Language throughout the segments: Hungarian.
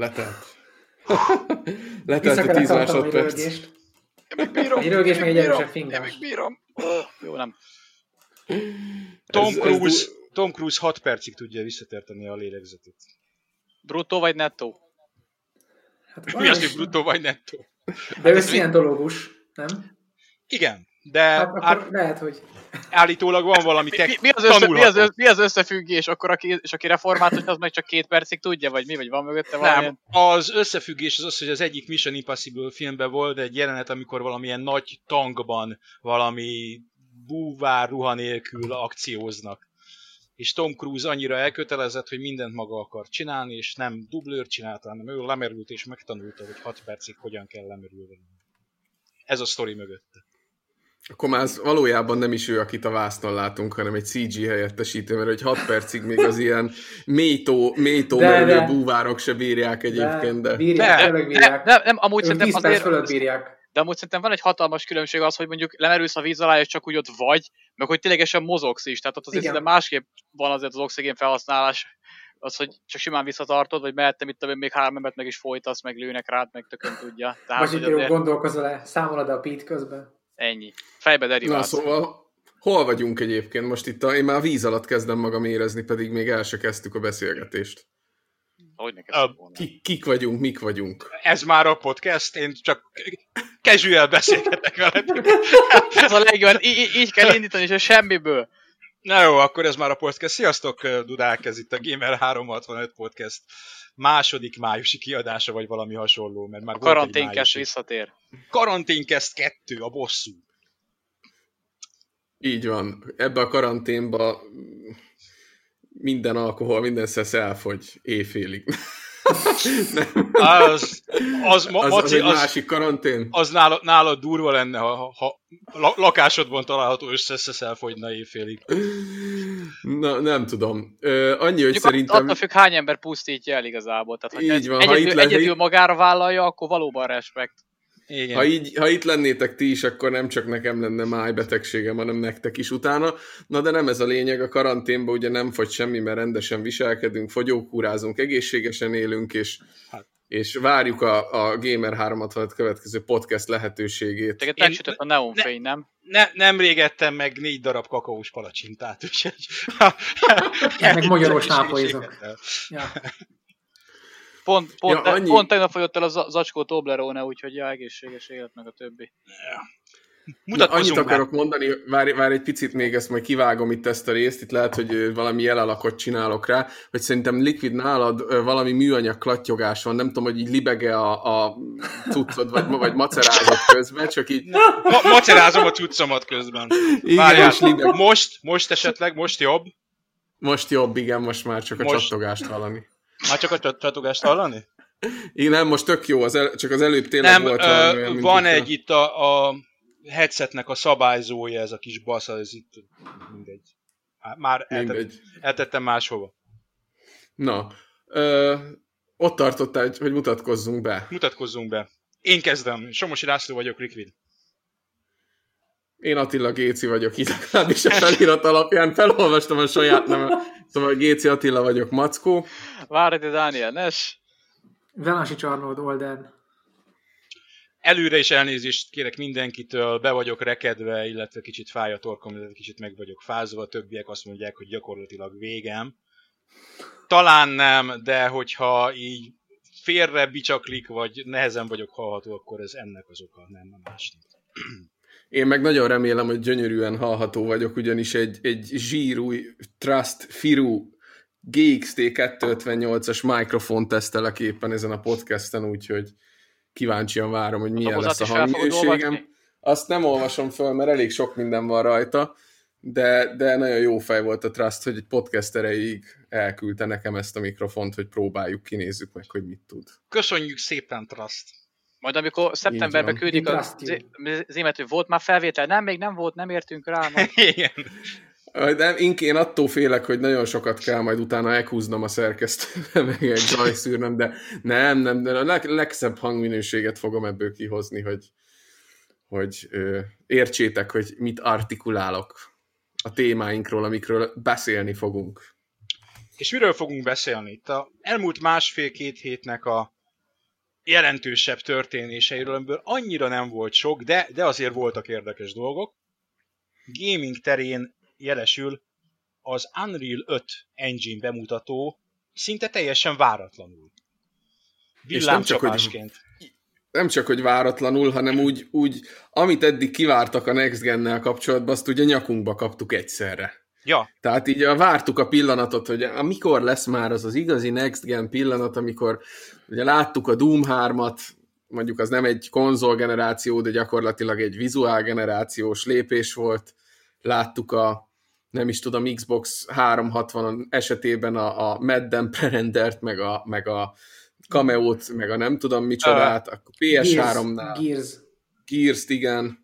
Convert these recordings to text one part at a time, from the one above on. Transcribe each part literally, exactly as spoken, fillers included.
letelt. Letelt a tíz másodperc. Én még bírom. Egy rögés, meg egy erősebb fingás. Én még bírom. Oh, jó, nem. Tom ez, Cruise, ez... Tom Cruise hat percig tudja visszatérteni a lélegzetét. Bruttó vagy nettó? Hát mi az, hogy bruttó vagy nettó? De ő szientológus, nem? Igen, de... Hát, akkor lehet, hogy... Állítólag van valami tek... mi, mi, az össze, mi, az, mi az összefüggés? Akkor aki, és aki református, az meg csak két percig tudja, vagy mi? Vagy van mögötte valami? Nem, az összefüggés az az, hogy az egyik Mission Impossible filmben volt egy jelenet, amikor valamilyen nagy tankban valami búvár ruha nélkül akcióznak. És Tom Cruise annyira elkötelezett, hogy mindent maga akar csinálni, és nem dublőr csinálta, hanem ő lemerült és megtanulta, hogy hat percig hogyan kell lemerülni. Ez a sztori mögötte. Akkor már valójában nem is ő, akit a vásznon látunk, hanem egy cé gé helyettesítő, mert hogy hat percig még az ilyen mélytó, mélytó merülő búvárok se bírják egyébként, de... Bírják, de, bírják. Nem, nem, amúgy szerintem azért... fölött bírják. De amúgy szerintem van egy hatalmas különbség az, hogy mondjuk lemerülsz a víz alá, és csak úgy ott vagy, meg hogy ténylegesen mozogsz is. Tehát ott azért szerintem másképp van azért az oxigén felhasználás, az, hogy csak simán visszatartod, vagy mehettem itt még három embert meg is folytasz, meg lőnek rád, meg tökön tudja. Tehát, most itt azért... gondolkozol-e, számolod a Pete közben? Ennyi. Fejbe deriválsz. Na szóval, hol vagyunk egyébként? Most itt a, én már a víz alatt kezdem magam érezni, pedig még el se kezdtük a beszélgetést. Hogy ne kezdtük volna? Kik, kik vagyunk, mik vagyunk? Ez már a podcast, én csak casual beszélgetek veletek. Ez a legjobb, így, így kell indítani, és semmiből. Na jó, akkor ez már a podcast. Sziasztok, Dudák, ez itt a Gamer háromszázhatvanöt podcast második májusi kiadása, vagy valami hasonló, mert már volt egy Karanténkest visszatér. Karanténkest kettő, a bosszú. Így van. Ebbe a karanténba minden alkohol, minden szesz elfogy éjfélig. az, az, az, Maci, az egy az, másik karantén. Az nálad, nálad durva lenne, ha, ha lakásodban található összeszesz elfogyna éjfélig. Na, nem tudom. Ö, annyi, hogy Mondjuk szerintem... attól függ, hány ember pusztítja el igazából. Tehát, ha így van, egyedül, ha itt egyedül lenné... magára vállalja, akkor valóban respekt. Igen. Ha, így, ha itt lennétek ti is, akkor nem csak nekem lenne májbetegségem, hanem nektek is utána. Na de nem ez a lényeg, a karanténban ugye nem fogy semmi, mert rendesen viselkedünk, fogyókúrázunk, egészségesen élünk, és, hát. és várjuk a, a Gamer háromszázhatvanöt következő podcast lehetőségét. Tehát megsütött a neonfény, ne, nem? Ne, nem régettem meg négy darab kakaós palacsintát, úgyhogy... meg magyaros nápolyzok. Ja. Pont, pont, ja, annyi... pont tegnap folyott el a zacskó Toblerone, úgyhogy ja, egészséges élet meg a többi. Ja. Na, annyit akarok mondani, várj, várj egy picit még, ezt majd kivágom itt ezt a részt, itt lehet, hogy valami jelalakot csinálok rá, hogy szerintem Liquid nálad valami műanyag klattyogás van, nem tudom, hogy így libege a, a cuccod, vagy, vagy macerázod közben, csak így... Ma- macerázom a cuccomat közben. Várjál, most, most esetleg, most jobb? Most jobb, igen, most már csak a most... csattogást hallani. Már csak a csattogást hallani? Igen, nem, most tök jó, az el, csak az előbb tényleg nem, volt valami olyan, van egy itt a, a headsetnek a szabályzója, ez a kis basza, ez itt mindegy. Már eltett, eltettem máshova. Na, ö, ott tartottál, hogy mutatkozzunk be. Mutatkozzunk be. Én kezdem. Somosi László vagyok, Liquid. Én Attila Géci vagyok, itt legalábbis a felirat alapján felolvastam a saját nevet. Szóval Géci Attila vagyok, Mackó. Váradi Dániel Nes. Velási Csarnód Olden. Előre is elnézést kérek mindenkitől, be vagyok rekedve, illetve kicsit fáj a torkom, illetve kicsit meg vagyok fázva, a többiek azt mondják, hogy gyakorlatilag végem. Talán nem, de hogyha így félre bicsaklik, vagy nehezen vagyok hallható, akkor ez ennek az oka, nem a másnak. Én meg nagyon remélem, hogy gyönyörűen hallható vagyok, ugyanis egy, egy zsírúj Trust Firu G X T kétszázötvennyolcas mikrofon tesztelek éppen ezen a podcasten, úgyhogy kíváncsian várom, hogy milyen lesz a hangminőségem. Azt nem olvasom föl, mert elég sok minden van rajta, de, de nagyon jó fej volt a Trust, hogy egy podcast erejéig elküldte nekem ezt a mikrofont, hogy próbáljuk, kinézzük meg, hogy mit tud. Köszönjük szépen, Trust! Majd amikor szeptemberben küldik az émet, hogy volt már felvétel, nem, még nem volt, nem értünk rá. Igen. De én attól félek, hogy nagyon sokat kell majd utána elhúznom a szerkesztőbe, meg egy zajszűrnem, de nem, nem, de a leg, legszebb hangminőséget fogom ebből kihozni, hogy, hogy ö, értsétek, hogy mit artikulálok a témáinkról, amikről beszélni fogunk. És miről fogunk beszélni? Itt a elmúlt másfél-két hétnek a jelentősebb történéseiről, amiből annyira nem volt sok, de, de azért voltak érdekes dolgok. Gaming terén jelesül az Unreal öt engine bemutató szinte teljesen váratlanul. Villámcsapásként. Nem csak, hogy váratlanul, hanem úgy, úgy, amit eddig kivártak a Next Gennel kapcsolatban, azt ugye nyakunkba kaptuk egyszerre. Ja. Tehát így vártuk a pillanatot, hogy amikor lesz már az az igazi Next Gen pillanat, amikor ugye láttuk a Doom hármat, mondjuk az nem egy konzolgeneráció, de gyakorlatilag egy vizuálgenerációs lépés volt. Láttuk a, nem is tudom, Xbox háromszázhatvan esetében a, a Madden prerendert, meg a, meg a Cameo-t, meg a nem tudom micsodát, a pé es háromnál. Gears. Gears-t, igen.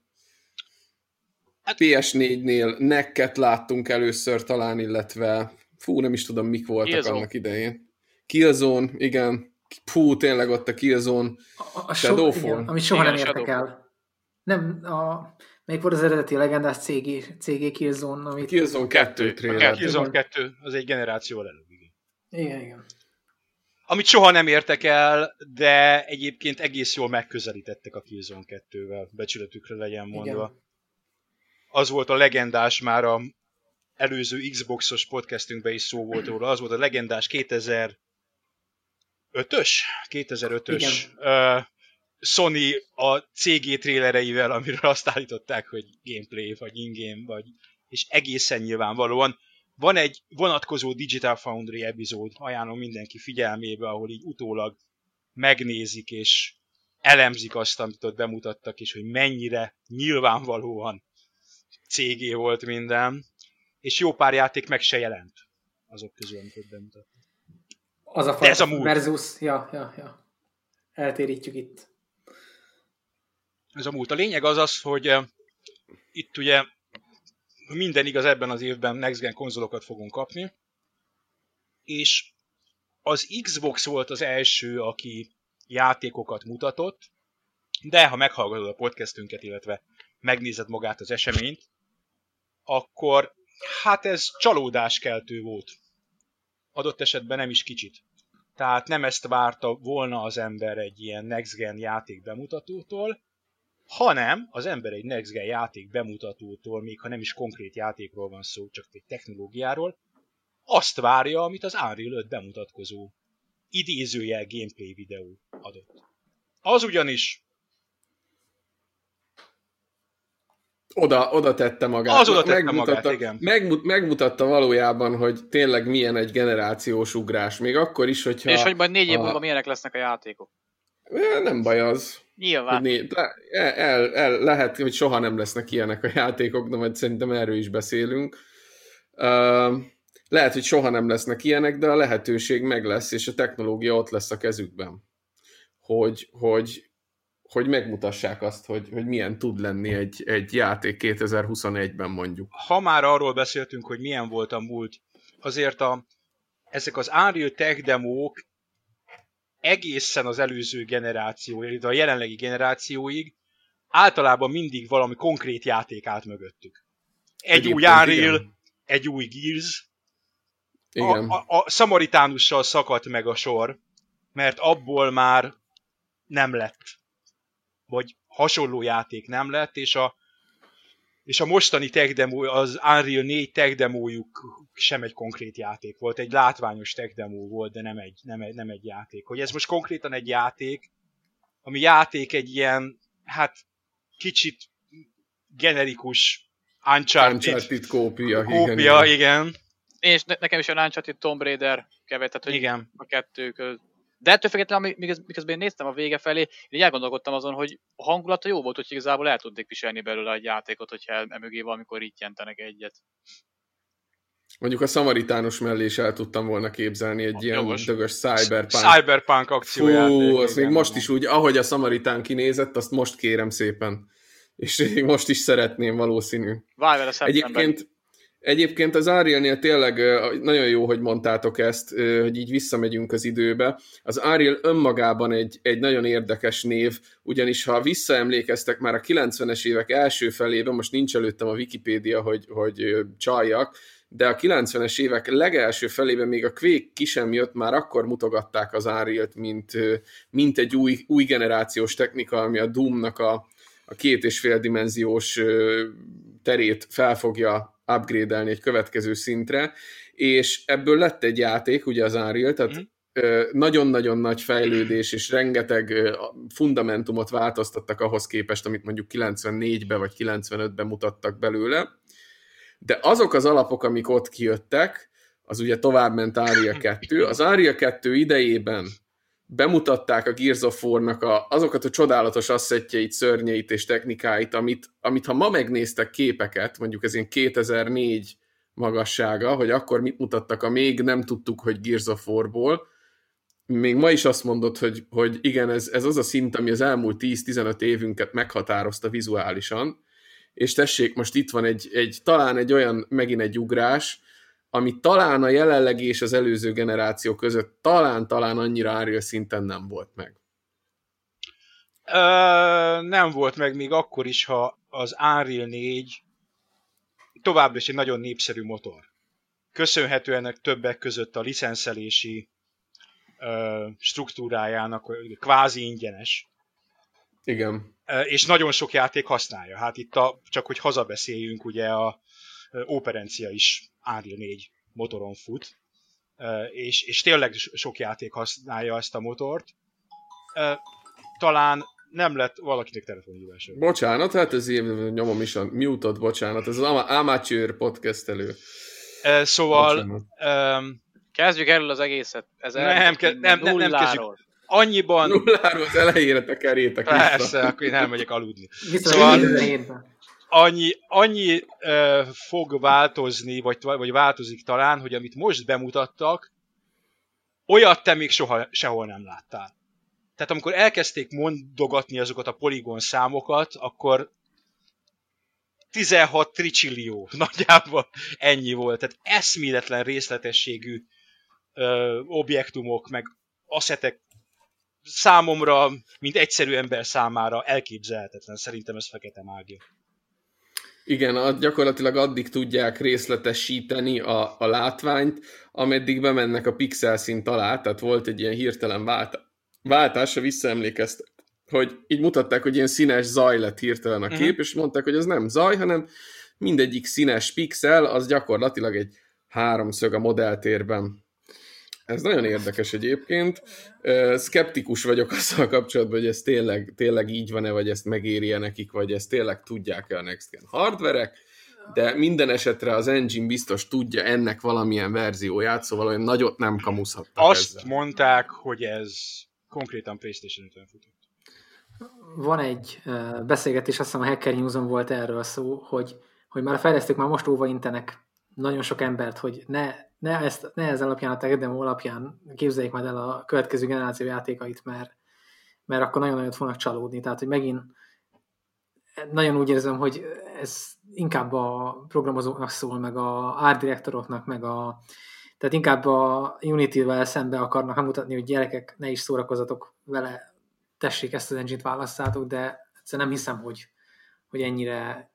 pé es négynél Necket láttunk először talán, illetve fú, nem is tudom, mik voltak Killzone. Annak idején. Killzone, igen. Fú, tényleg ott a Killzone. A, a Shadowfall. so, igen, amit soha Igen, nem értek Shadowfall. el. Nem, a, melyik volt az eredeti legendás cé gé, cé gé Killzone, amit... Killzone kettő A trailer. Killzone kettő, az egy generációval előbb. Igen, igen. Amit soha nem értek el, de egyébként egész jól megközelítettek a Killzone kettővel, becsületükre legyen mondva. Igen. Az volt a legendás, már a előző Xboxos podcastünkben is szó volt róla, az volt a legendás kétezer-ötös? kétezer-ötös uh, Sony a cé gé trailereivel, amiről azt állították, hogy gameplay, vagy in-game, vagy, és egészen nyilvánvalóan. Van egy vonatkozó Digital Foundry epizód, ajánlom mindenki figyelmébe, ahol így utólag megnézik és elemzik azt, amit ott bemutattak, és hogy mennyire nyilvánvalóan cé gé volt minden, és jó pár játék meg se jelent azok közül, amit ott bemutattak. Az a De ez a fajta múlt. versus, ja, ja, ja. Eltérítjük itt. Ez a múlt. A lényeg az az, hogy uh, itt ugye minden igaz, ebben az évben Next Gen konzolokat fogunk kapni, és az Xbox volt az első, aki játékokat mutatott, de ha meghallgatod a podcastünket, illetve megnézed magát az eseményt, akkor hát ez csalódáskeltő volt. Adott esetben nem is kicsit. Tehát nem ezt várta volna az ember egy ilyen Next Gen játék bemutatótól, hanem az ember egy Next Gen játék bemutatótól, még ha nem is konkrét játékról van szó, csak egy technológiáról, azt várja, amit az Unreal öt bemutatkozó idézőjel gameplay videó adott. Az ugyanis Oda, oda tette magát. Az oda tette megmutatta, magát, igen. Megmut, megmutatta valójában, hogy tényleg milyen egy generációs ugrás. Még akkor is, hogyha... És hogy majd négy év a- múlva milyenek lesznek a játékok. Eh, Nem baj az. Nyilván. Hogy né- le- el, el, el, lehet, hogy soha nem lesznek ilyenek a játékok, de majd szerintem erről is beszélünk. Uh, lehet, hogy soha nem lesznek ilyenek, de a lehetőség meg lesz, és a technológia ott lesz a kezükben. Hogy, hogy, hogy megmutassák azt, hogy, hogy milyen tud lenni egy, egy játék kétezer-huszonegyben mondjuk. ha már arról beszéltünk, hogy milyen volt a múlt, azért a, ezek az Unreal Tech demók egészen az előző generáció, illetve a jelenlegi generációig általában mindig valami konkrét játék állt mögöttük. Egy Egyébként új Unreal, igen. egy új Gears. Igen. A, a, a Samaritánussal szakadt meg a sor, mert abból már nem lett. Vagy hasonló játék nem lett, és a, és a mostani tech demo, az Unreal négy tech demójuk sem egy konkrét játék volt. Egy látványos tech demo volt, de nem egy, nem egy, nem egy játék. Hogy ez most konkrétan egy játék, ami játék egy ilyen, hát kicsit generikus Uncharted, Uncharted kópia. kópia, igen. igen. És ne, nekem is a Uncharted Tomb Raider kevet, tehát hogy Igen. a kettő köz. De ettől függetlenül, miközben miközben én néztem a vége felé, én így elgondolkodtam azon, hogy a hangulata jó volt, hogy igazából el tudnék viselni belőle egy játékot, hogyha el- emögé valamikor így jentenek egyet. Mondjuk a Szamaritános mellé is el tudtam volna képzelni egy ilyen Jogos. dögös cyberpunk. Cyberpunk akciójáték. Fú, azt még igen. most is úgy, ahogy a Szamaritán kinézett, azt most kérem szépen. És még most is szeretném valószínű. Várj vele szeptember. Egyébként, egyébként az Unreal-nél tényleg ö, nagyon jó, hogy mondtátok ezt, ö, hogy így visszamegyünk az időbe. Az Unreal önmagában egy, egy nagyon érdekes név, ugyanis ha visszaemlékeztek már a kilencvenes évek első felében, most nincs előttem a Wikipédia, hogy, hogy ö, csaljak, de a kilencvenes évek legelső felében még a Quake ki sem jött, már akkor mutogatták az Unreal-t, mint, mint egy új, új generációs technika, ami a Doom-nak a, a két és fél dimenziós terét fel fogja upgrade-elni egy következő szintre, és ebből lett egy játék, ugye az Unreal, tehát mm. nagyon-nagyon nagy fejlődés, és rengeteg fundamentumot változtattak ahhoz képest, amit mondjuk kilencvennégyben vagy kilencvenötben mutattak belőle, de azok az alapok, amik ott kijöttek, az ugye továbbment Unreal kettő. Az Unreal kettő idejében bemutatták a Gears of War-nak a, azokat a csodálatos asszettjeit, szörnyeit és technikáit, amit, amit ha ma megnéztek képeket, mondjuk ez ilyen kétezer-négy magassága, hogy akkor mit mutattak, a még nem tudtuk, hogy Gears of War-ból, még ma is azt mondod, hogy, hogy igen, ez, ez az a szint, ami az elmúlt tíz-tizenöt évünket meghatározta vizuálisan, és tessék, most itt van egy, egy talán egy olyan, megint egy ugrás, ami talán a jelenlegi és az előző generáció között talán-talán annyira Unreal szinten nem volt meg. Ö, nem volt meg még akkor is, ha az Unreal négy továbbra is egy nagyon népszerű motor. Köszönhetően többek között a licenszelési ö, struktúrájának, kvázi ingyenes. Igen. És nagyon sok játék használja. Hát itt a, csak hogy hazabeszéljünk, ugye a Operencia is Unreal négy motoron fut, és, és tényleg sok játék használja ezt a motort. Talán nem lett valakinek telefonhívása. Bocsánat, hát ez én nyomom is a mute-ot, bocsánat, ez az amateur podcastelő. Szóval... Um, kezdjük erről az egészet. Ez nem, ke- nem, nem, nem kezdjük. Annyiban... Nulláról az elejére tekerjétek vissza. Persze, akkor én elmegyek aludni. Szóval annyi, annyi uh, fog változni, vagy, vagy változik talán, hogy amit most bemutattak, olyat te még soha sehol nem láttál. Tehát amikor elkezdték mondogatni azokat a poligon számokat, akkor tizenhat tricsillió nagyjából ennyi volt. Tehát eszméletlen részletességű ö, objektumok, meg asszetek számomra, mint egyszerű ember számára elképzelhetetlen. Szerintem ez fekete mágia. Igen, gyakorlatilag addig tudják részletesíteni a, a látványt, ameddig bemennek a pixel szint alá, tehát volt egy ilyen hirtelen vált, váltásra, visszaemlékeztek, hogy így mutatták, hogy ilyen színes zaj lett hirtelen a kép, uh-huh. és mondták, hogy ez nem zaj, hanem mindegyik színes pixel, az gyakorlatilag egy háromszög a modelltérben. Ez nagyon érdekes egyébként. Szkeptikus vagyok azzal kapcsolatban, hogy ez tényleg, tényleg így van-e, vagy ezt megéri-e nekik, vagy ezt tényleg tudják-e a Next Gen hardverek, de minden esetre az engine biztos tudja ennek valamilyen verzióját, szóval olyan nagyot nem kamuszhattak Azt ezzel. mondták, hogy ez konkrétan PlayStation ötven futott. Van egy uh, beszélgetés, azt hiszem a Hacker News-on volt erről szó, hogy, hogy már a fejlesztők már most óvaintenek nagyon sok embert, hogy ne, ne, ezt, ne ez alapján, a tech demo alapján képzeljék majd el a következő generáció játékait, mert, mert akkor nagyon nagyot fognak csalódni. Tehát, hogy megint nagyon úgy érzem, hogy ez inkább a programozóknak szól, meg a art directoroknak, meg a tehát inkább a Unity-vel szembe akarnak mutatni, hogy gyerekek, ne is szórakozatok vele, tessék ezt az engine-t választátok, de egyszerűen nem hiszem, hogy, hogy ennyire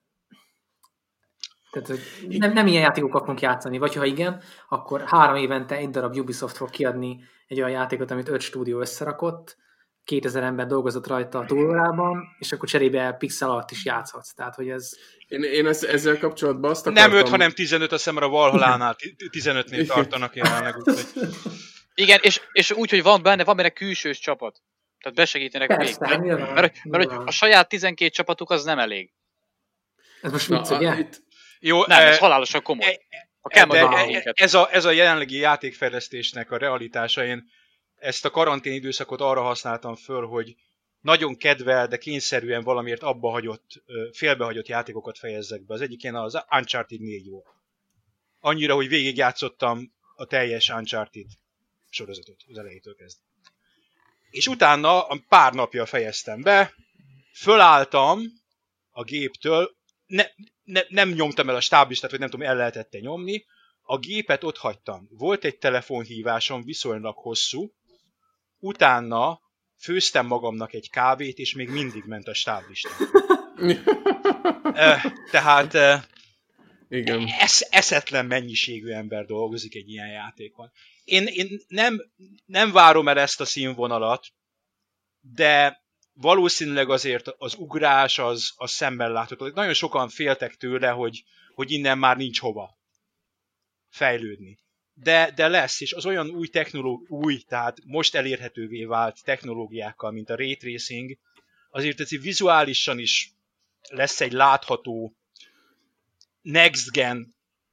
tehát, hogy nem, nem ilyen játékokat fogunk játszani, vagy ha igen, akkor három évente egy darab Ubisoft fog kiadni egy olyan játékot, amit öt stúdió összerakott, kétezer ember dolgozott rajta a túlórában, és akkor cserébe pixel alatt is játszhatsz. Tehát, hogy ez... Én, én ezzel kapcsolatban azt akartam... Nem öt, hanem tizenöt, azt hiszem a Valhallánál tizenötnél tartanak jelenleg. Igen, és, és úgy, hogy van benne, van benne külsős csapat. Tehát besegítenek Persze, még. Mert, mert, mert, mert hogy a saját tizenkét csapatuk az nem elég. Ez most vicc, ugye? Itt... Jó, nem, ez e, halálosan komoly. E, ha kell de, majd e, ez, a, ez a jelenlegi játékfejlesztésnek a realitása. Én ezt a karantén időszakot arra használtam föl, hogy nagyon kedvel, de kényszerűen valamiért abbahagyott, félbehagyott játékokat fejezzek be. Az egyik ilyen az Uncharted négy volt. Annyira, hogy végigjátszottam a teljes Uncharted sorozatot az elejétől kezdve. És utána pár napja fejeztem be, fölálltam a géptől, ne, ne, nem nyomtam el a stáblistát, vagy nem tudom, el lehetett-e nyomni, a gépet ott hagytam. Volt egy telefonhívásom, viszonylag hosszú, utána főztem magamnak egy kávét, és még mindig ment a stáblistán. Tehát Igen. Es, eszetlen mennyiségű ember dolgozik egy ilyen játékon. Én, én nem, nem várom el ezt a színvonalat, de valószínűleg azért az ugrás az, az szemmel látható. Nagyon sokan féltek tőle, hogy, hogy innen már nincs hova fejlődni. De, de lesz, és az olyan új technológia, új, tehát most elérhetővé vált technológiákkal, mint a Ray Tracing, azért ez vizuálisan is lesz egy látható next gen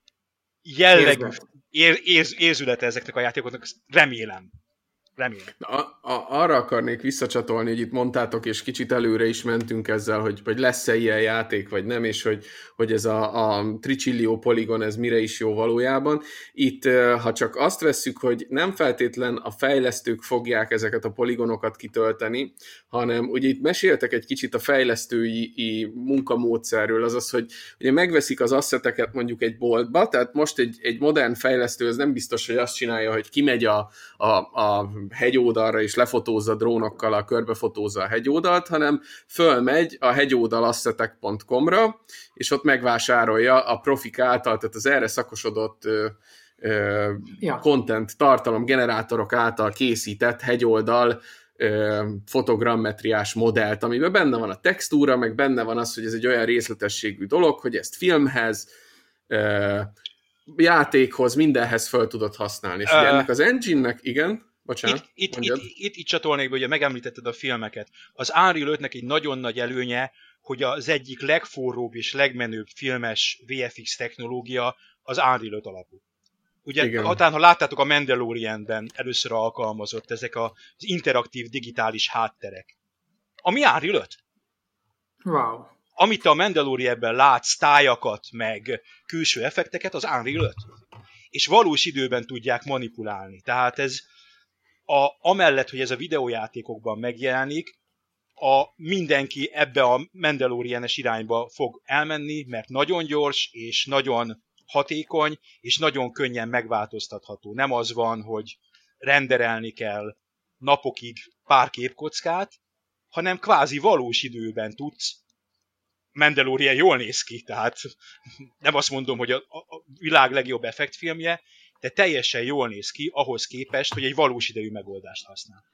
jellegű ér, ér, érzülete ezeknek a játékoknak, remélem. Remélem. A, a, arra akarnék visszacsatolni, hogy itt mondtátok, és kicsit előre is mentünk ezzel, hogy, hogy lesz-e ilyen játék, vagy nem, és hogy, hogy ez a, a tricillió poligon, ez mire is jó valójában. Itt, ha csak azt vesszük, hogy nem feltétlen a fejlesztők fogják ezeket a poligonokat kitölteni, hanem ugye itt meséltek egy kicsit a fejlesztői munkamódszerről, azaz, hogy ugye megveszik az asszeteket mondjuk egy boltba, tehát most egy, egy modern fejlesztő az nem biztos, hogy azt csinálja, hogy kimegy a, a, a hegyoldalra és lefotózza drónokkal, a körbefotózza a hegyoldalt, hanem fölmegy a hegyoldalasszetek pont com-ra, és ott megvásárolja a profik által, tehát az erre szakosodott ö, ö, ja. content, tartalom generátorok által készített hegyoldal ö, fotogrammetriás modellt, amiben benne van a textúra, meg benne van az, hogy ez egy olyan részletességű dolog, hogy ezt filmhez, ö, játékhoz, mindenhez fel tudod használni. És uh, ugye ennek az engine-nek, igen, bocsánat. Itt, itt, itt, itt, itt csatolnék be, ugye megemlítetted a filmeket. Az Unreal ötnek egy nagyon nagy előnye, hogy az egyik legforróbb és legmenőbb filmes vé ef iksz technológia az Unreal öt alapú. Ugye, hatán, ha láttátok a Mandalorianben először alkalmazott ezek az interaktív digitális hátterek. Ami Unreal öt. Wow. Amit a Mandalorianben látsz, tájakat, meg külső effekteket, az Unreal öt. És valós időben tudják manipulálni. Tehát ez a, amellett, hogy ez a videójátékokban megjelenik, a mindenki ebbe a Mandalorian-es irányba fog elmenni, mert nagyon gyors, és nagyon hatékony, és nagyon könnyen megváltoztatható. Nem az van, hogy renderelni kell napokig pár képkockát, hanem kvázi valós időben tudsz. Mandalorian jól néz ki, tehát nem azt mondom, hogy a, a világ legjobb effektfilmje, de teljesen jól néz ki ahhoz képest, hogy egy valós idejű megoldást használ.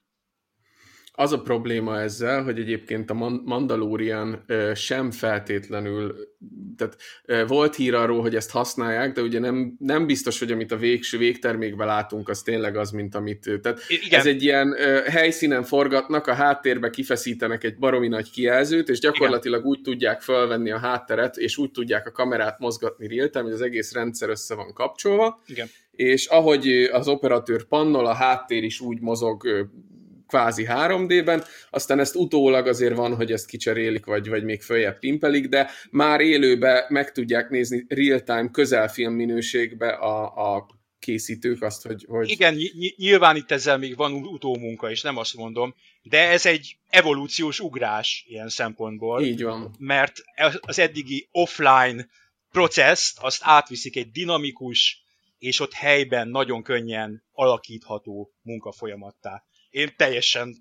Az a probléma ezzel, hogy egyébként a Mandalorian sem feltétlenül, tehát volt hír arról, hogy ezt használják, de ugye nem, nem biztos, hogy amit a végső végtermékben látunk, az tényleg az, mint amit... Tehát igen. Ez egy ilyen helyszínen forgatnak, a háttérbe kifeszítenek egy baromi nagy kijelzőt, és gyakorlatilag igen. úgy tudják felvenni a hátteret, és úgy tudják a kamerát mozgatni real-time, hogy az egész rendszer össze van kapcsolva, igen. és ahogy az operatőr pannol, a háttér is úgy mozog kvázi három dé-ben, aztán ezt utólag azért van, hogy ezt kicserélik, vagy, vagy még följebb pimpelik, de már élőben meg tudják nézni real-time közelfilm minőségbe a, a készítők azt, hogy... hogy... Igen, ny- nyilván itt ezzel még van utómunka, és nem azt mondom, de ez egy evolúciós ugrás ilyen szempontból. Így van. Mert az eddigi offline processzt, azt átviszik egy dinamikus, és ott helyben nagyon könnyen alakítható munkafolyamattá. Én teljesen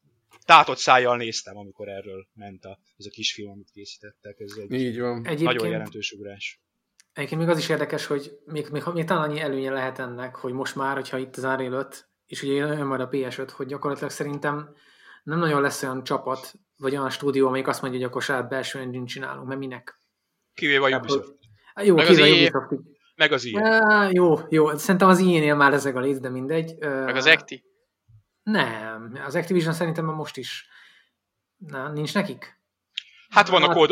tátott szájjal néztem, amikor erről ment a, ez a kis film, amit készítettek. Ez egy Így van. nagyon Egyébként, jelentős ugrás. Egyébként még az is érdekes, hogy még, még, még talán annyi előnye lehet ennek, hogy most már, hogyha itt az Unreal öt, és ugye jön majd a pé es öt, hogy gyakorlatilag szerintem nem nagyon lesz olyan csapat, vagy olyan stúdió, amelyik azt mondja, hogy akkor saját belső engine csinálunk, mert minek? Kivéve a Ubisoft. Jó, meg kivéve az a Ubisoft. Meg az i á. Jó, jó. Szerintem az i á-nél már ezek a léc, de mindegy. Meg az Acti. Nem, az Activision szerintem már most is. Na, nincs nekik? Hát van a kód...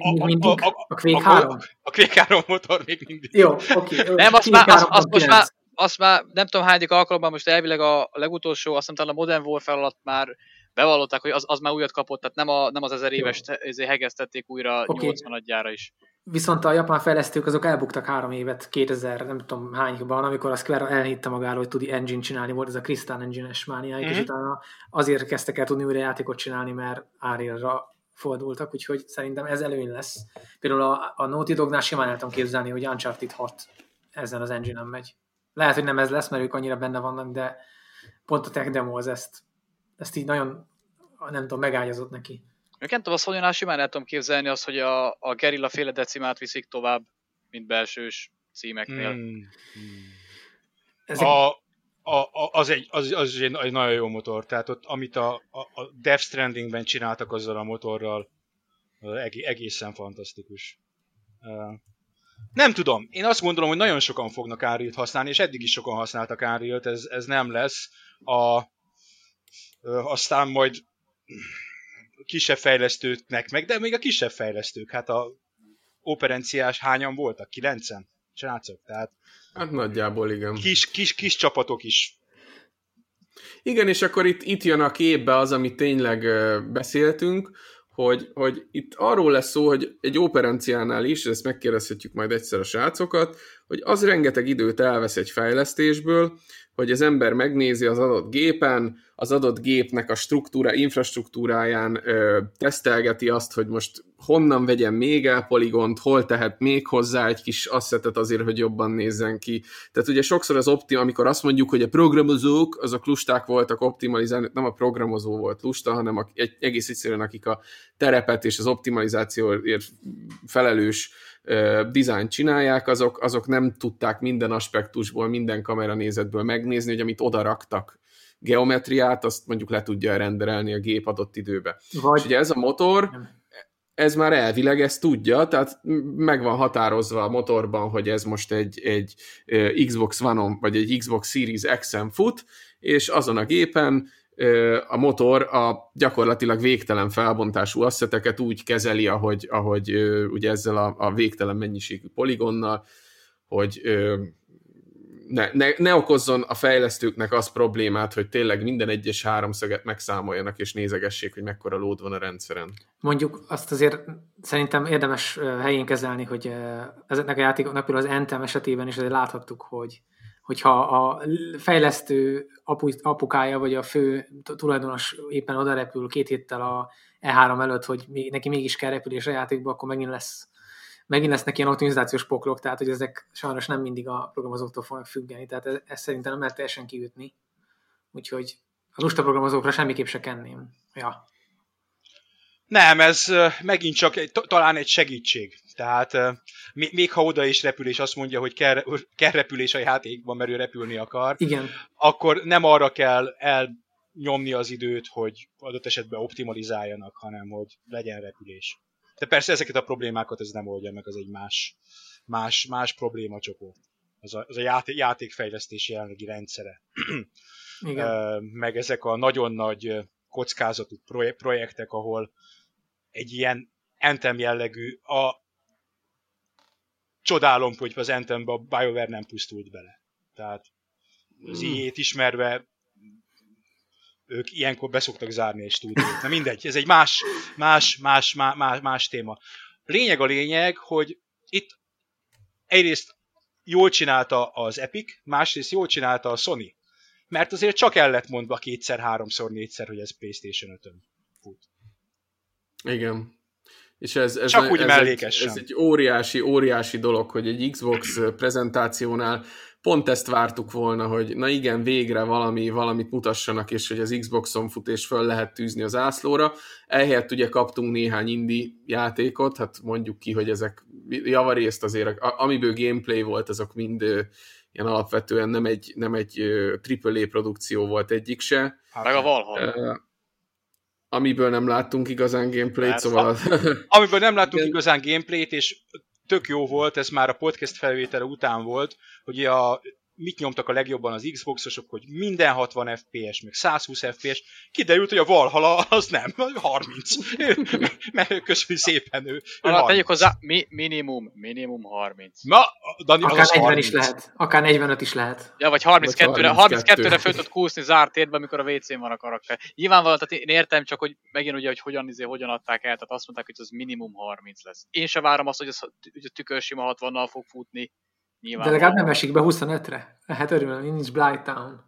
A Quake három? A Quake három motor még mindig. Jó, oké. Nem, azt már, azt, azt most már, azt már nem tudom hányadik alkalommal, most elvileg a legutolsó, azt talán a Modern Warfare alatt már bevallották, hogy az, az már újat kapott, tehát nem, a, nem az ezer éves hegesztették újra okay. nyolcvanadjára is. Viszont a japán fejlesztők azok elbuktak három évet, kétezer, nem tudom hányban, amikor a Square elhitte magáról, hogy tud engine csinálni, volt ez a Crystal Engine-es mániájuk, mm-hmm. és utána azért kezdtek el tudni újra játékot csinálni, mert Unreal-ra fordultak, úgyhogy szerintem ez előny lesz. Például a, a Naughty Dognál simán el tudom képzelni, hogy Uncharted hat ezen az engine-en megy. Lehet, hogy nem ez lesz, mert ők annyira benne vannak, de pont a tech demo az ezt, ezt így nagyon, nem tudom, megágyazott neki. Ők nem tudom, a Sony-nál simán el tudom képzelni azt, hogy a, a Guerrilla féle decimát viszik tovább. mint belsős címeknél. Hmm. Ezek... A, a, a, az, egy, az, az egy, egy nagyon jó motor, tehát ott, amit a, a, a Death Strandingben csináltak azzal a motorral, egészen fantasztikus. Nem tudom, én azt gondolom, hogy nagyon sokan fognak Unreal-t használni, és eddig is sokan használtak Unreal-t, ez, ez nem lesz. A, aztán majd kisebb fejlesztőknek meg, de még a kisebb fejlesztők, hát a operenciás hányan voltak? Kilencen? Srácok, tehát... Hát nagyjából igen. Kis, kis, kis csapatok is. Igen, és akkor itt, itt jön a képbe az, amit tényleg beszéltünk, hogy, hogy itt arról lesz szó, hogy egy operenciánál is, ezt megkérdezhetjük majd egyszer a srácokat, hogy az rengeteg időt elvesz egy fejlesztésből, hogy az ember megnézi az adott gépen, az adott gépnek a struktúra, infrastruktúráján ö, tesztelgeti azt, hogy most honnan vegyen még el poligont, hol tehet még hozzá egy kis asszetet azért, hogy jobban nézzen ki. Tehát ugye sokszor az optim, amikor azt mondjuk, hogy a programozók, azok lusták voltak optimalizálni, nem a programozó volt lusta, hanem a, egy, egész egyszerűen akik a terepet és az optimalizációért felelős uh, dizájnt csinálják, azok, azok nem tudták minden aspektusból, minden kameranézetből megnézni, hogy amit oda raktak geometriát, azt mondjuk le tudja renderelni a gép adott időbe. Vagy... És ugye ez a motor, ez már elvileg ezt tudja, tehát meg van határozva a motorban, hogy ez most egy, egy Xbox One-on, vagy egy Xbox Series X-en fut, és azon a gépen a motor a gyakorlatilag végtelen felbontású asszeteket úgy kezeli, ahogy, ahogy ugye ezzel a, a végtelen mennyiségű poligonnal, hogy ne, ne, ne okozzon a fejlesztőknek az problémát, hogy tényleg minden egyes háromszöget megszámoljanak és nézegessék, hogy mekkora load van a rendszeren. Mondjuk azt azért szerintem érdemes helyén kezelni, hogy ezeknek a játékoknak például az Anthem esetében is azért láthattuk, hogy hogyha a fejlesztő apu, apukája vagy a fő tulajdonos éppen oda repül két héttel a E három előtt, hogy neki mégis kell repülés a játékba, akkor megint lesz megint lesznek ilyen optimizációs poklok, tehát hogy ezek sajnos nem mindig a programozóktól fognak függeni, tehát ezt ez szerintem nem lehet teljesen kiütni. Úgyhogy a lusta programozókra semmiképp se kenném. Ja. Nem, ez megint csak egy, talán egy segítség. Tehát még ha oda is repül, és azt mondja, hogy kell, kell repülés a játékban, mert ő repülni akar, igen, akkor nem arra kell elnyomni az időt, hogy adott esetben optimalizáljanak, hanem hogy legyen repülés. De persze ezeket a problémákat ez nem oldja meg, az egy más, más, más problémacsoport. Az a, az a játék, játékfejlesztési jelenlegi rendszere. Igen. Meg ezek a nagyon nagy kockázatú projektek, ahol egy ilyen Anthem jellegű, a csodálom, hogy az Anthembe a BioWare nem pusztult bele. Tehát az i á-t ismerve ők ilyenkor beszoktak zárni egy stúdiót. Na mindegy, ez egy más, más, más, más, más téma. Lényeg a lényeg, hogy itt egyrészt jól csinálta az Epic, másrészt jól csinálta a Sony. Mert azért csak el lett mondva kétszer, háromszor, négyszer, hogy ez PlayStation ötön fut. Igen. És ez, ez, csak úgy ez, mellékesen. Egy, ez egy óriási, óriási dolog, hogy egy Xbox prezentációnál pont ezt vártuk volna, hogy na igen, végre valami, valamit mutassanak, és hogy az Xboxon fut, és föl lehet tűzni az zászlóra. Ehelyett ugye kaptunk néhány indie játékot, hát mondjuk ki, hogy ezek javarészt azért, amiből gameplay volt, azok mind ilyen alapvetően nem egy, nem egy triple A produkció volt egyik se. Meg a Valhalla. Uh, amiből nem láttunk igazán gameplayt, Persze. szóval... Amiből nem láttunk igazán gameplayt, és tök jó volt, ez már a podcast felvétele után volt, hogy a, mit nyomtak a legjobban az Xboxosok, hogy minden hatvan ef pé es, meg száz húsz ef pé es, kiderült, hogy a Valhalla az nem, harminc. Mert köszönjük szépen ő. Alá, tegyük hozzá, mi, minimum, minimum harminc. Na, Dani, akár negyven harminc is lehet, akár negyvenöt is lehet. Ja, vagy harminckettőre, harminckettőre föl tudod kúszni zárt térben, amikor a vé cén van a karakter. Nyilvánvalóan, tehát én értem, csak hogy megint ugye, hogy hogyan, izé, hogyan adták el, tehát azt mondták, hogy az minimum harminc lesz. Én se várom azt, hogy az hogy tükörsima hatvannal fog futni. Nyilván de legalább nem esik be huszonötre. Hát örülöm, nincs Blighttown.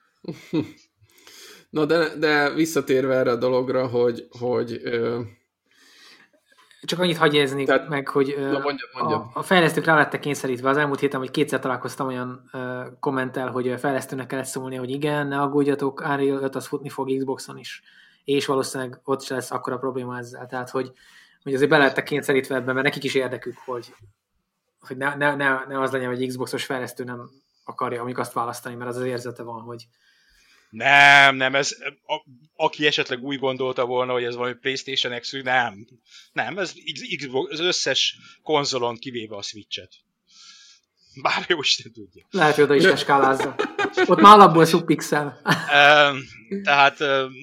Na de, de visszatérve erre a dologra, hogy... hogy ö... csak annyit hagyj érezni Tehát... meg, hogy ö, Na, mondjad, mondjad. A, a fejlesztők rá lettek kényszerítve. Az elmúlt héten, hogy kétszer találkoztam olyan ö, kommentel, hogy a fejlesztőnek kellett szólni, hogy igen, ne aggódjatok, Unreal öt az futni fog Xboxon is. És valószínűleg ott se lesz akkora probléma ezzel. Tehát, hogy, hogy azért be lettek kényszerítve ebben, mert nekik is érdekük, hogy hogy ne, ne, ne, ne az legyen, hogy Xboxos fejlesztő nem akarja amik azt választani, mert az az érzete van, hogy nem, nem, ez, a, aki esetleg úgy gondolta volna, hogy ez valami PlayStation exkluzív, nem. Nem, ez Xbox, az összes konzolon kivéve a Switch-et. Bár jó Isten tudja. Lehet, hogy oda is skálázza. Ott már alapból szubpixel. Tehát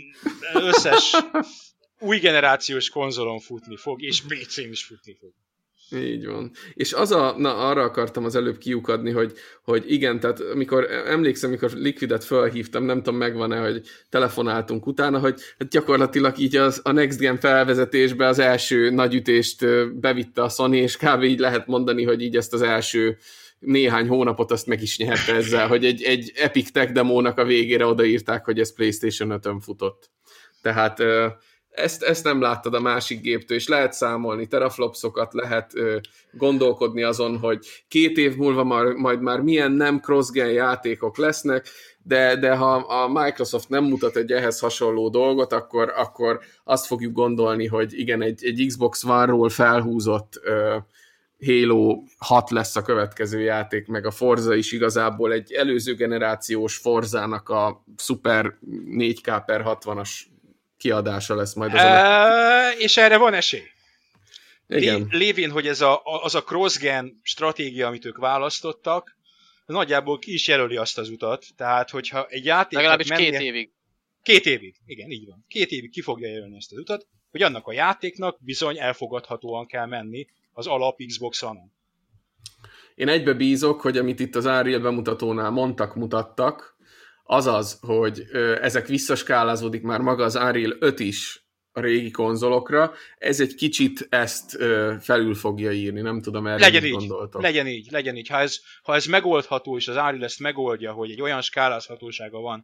összes új generációs konzolon futni fog, és pé cén is futni fog. Így van. És az a, na arra akartam az előbb kiukadni, hogy, hogy igen, tehát amikor emlékszem, amikor Liquidet felhívtam, nem tudom, megvan-e, hogy telefonáltunk utána, hogy hát gyakorlatilag így az, a Next Gen felvezetésbe az első nagyütést bevitte a Sony, és kb. Így lehet mondani, hogy így ezt az első néhány hónapot azt meg is nyerte ezzel, hogy egy, egy Epic Tech demónak a végére odaírták, hogy ez PlayStation ötön futott. Tehát ezt, ezt nem láttad a másik géptől, és lehet számolni teraflopsokat, lehet ö, gondolkodni azon, hogy két év múlva már, majd már milyen nem cross-gen játékok lesznek, de, de ha a Microsoft nem mutat egy ehhez hasonló dolgot, akkor, akkor azt fogjuk gondolni, hogy igen, egy, egy Xbox One-ról felhúzott ö, Halo hat lesz a következő játék, meg a Forza is igazából egy előző generációs Forzának a Super négy ká per hatvanas kiadása lesz majd. Az e, és erre van esély. Igen. Lévén, hogy ez a, az a cross-gen stratégia, amit ők választottak, nagyjából ki is jelöli azt az utat. Tehát, hogyha egy játék... Legalábbis mennie... két évig. Két évig, igen, így van. Két évig ki fogja jelölni ezt az utat, hogy annak a játéknak bizony elfogadhatóan kell menni az alap Xbox One-on. Én egybe bízok, hogy amit itt az Unreal bemutatónál mondtak, mutattak, azaz, hogy ö, ezek visszaskálázódik már maga az Unreal öt is a régi konzolokra, ez egy kicsit ezt ö, felül fogja írni, nem tudom, erre legyen így így, gondoltam. Legyen így, legyen így. Ha ez, ha ez megoldható, és az Unreal ezt megoldja, hogy egy olyan skálázhatósága van,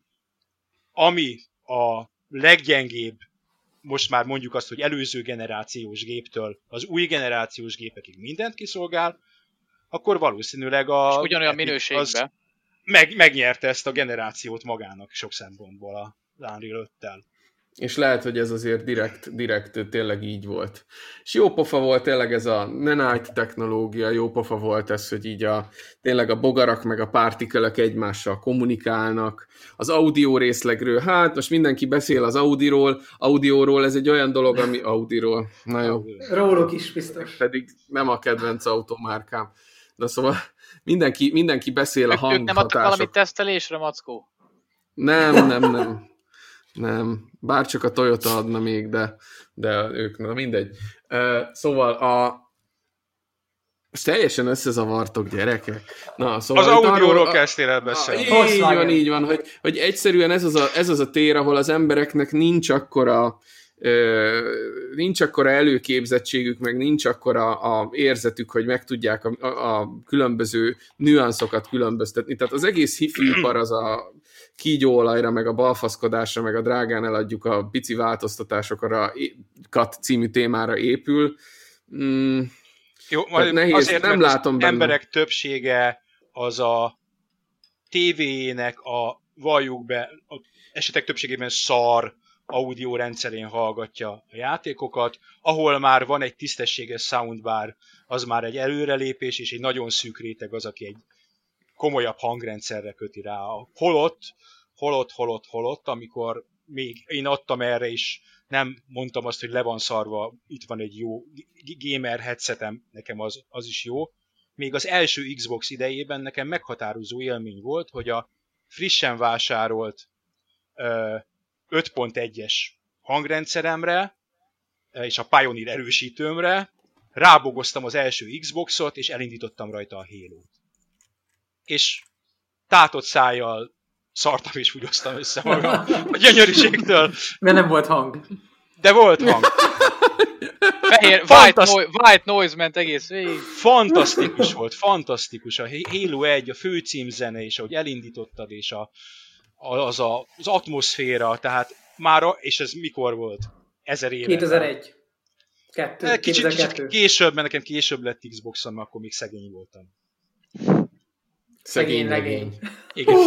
ami a leggyengébb, most már mondjuk azt, hogy előző generációs géptől az új generációs gépekig mindent kiszolgál, akkor valószínűleg a... És ugyanolyan minőségben. Meg, megnyerte ezt a generációt magának sok szempontból a Unreal öttel. És lehet, hogy ez azért direkt, direkt tényleg így volt. És jó pofa volt tényleg ez a Nanite technológia, jó pofa volt ez, hogy így a, tényleg a bogarak meg a partikelek egymással kommunikálnak. Az audio részlegről, hát most mindenki beszél az audiról, audióról, ez egy olyan dolog, ami audiról. Na jó. Róluk is biztos. Pedig nem a kedvenc automárkám. De szóval mindenki, mindenki beszél a hanghatások. Ők nem adtak valamit tesztelésre, Mackó? Nem, nem, nem. Nem, bárcsak a Toyota adna még, de, de ők, na mindegy. Uh, szóval a... Most teljesen összezavartok, gyerekek. Na, szóval az audióról kezdtél el beszélni. Így van, így van, hogy, hogy egyszerűen ez az, a, ez az a tér, ahol az embereknek nincs akkora, uh, nincs akkora előképzettségük, meg nincs akkora a érzetük, hogy meg tudják a, a, a különböző nüanszokat különböztetni. Tehát az egész hifi-ipar az a kígyóolajra, meg a balfaszkodásra, meg a drágán eladjuk a pici változtatásokra kat című témára épül. Mm, Jó, majd nehéz, azért, nem látom az benne. Emberek többsége az a tévének a, valljuk be, a esetek többségében szar audio rendszerén hallgatja a játékokat, ahol már van egy tisztességes soundbar, az már egy előrelépés, és egy nagyon szűk réteg az, aki egy komolyabb hangrendszerre köti rá. Holott, holott, holott, holott, amikor még én adtam erre is, nem mondtam azt, hogy le van szarva, itt van egy jó gamer headsetem, nekem az, az is jó. Még az első Xbox idejében nekem meghatározó élmény volt, hogy a frissen vásárolt öt pont egyes hangrendszeremre és a Pioneer erősítőmre rábogoztam az első Xboxot, és elindítottam rajta a Halo-t. És tátott szájjal szartam és fúgyoztam össze magam a gyönyörűségtől. Mert nem volt hang. De volt hang. Fehér, white, no- white noise ment egész végig. Fantasztikus volt, fantasztikus. A Halo egy, a főcímzene, és ahogy elindítottad, és a, az, a, az atmoszféra, tehát már, a, és ez mikor volt? Ezer éve. kétezer-egy. Kettő, kicsit, kicsit később, mert nekem később lett Xboxom, akkor még szegény voltam. Szegény legény. Igen.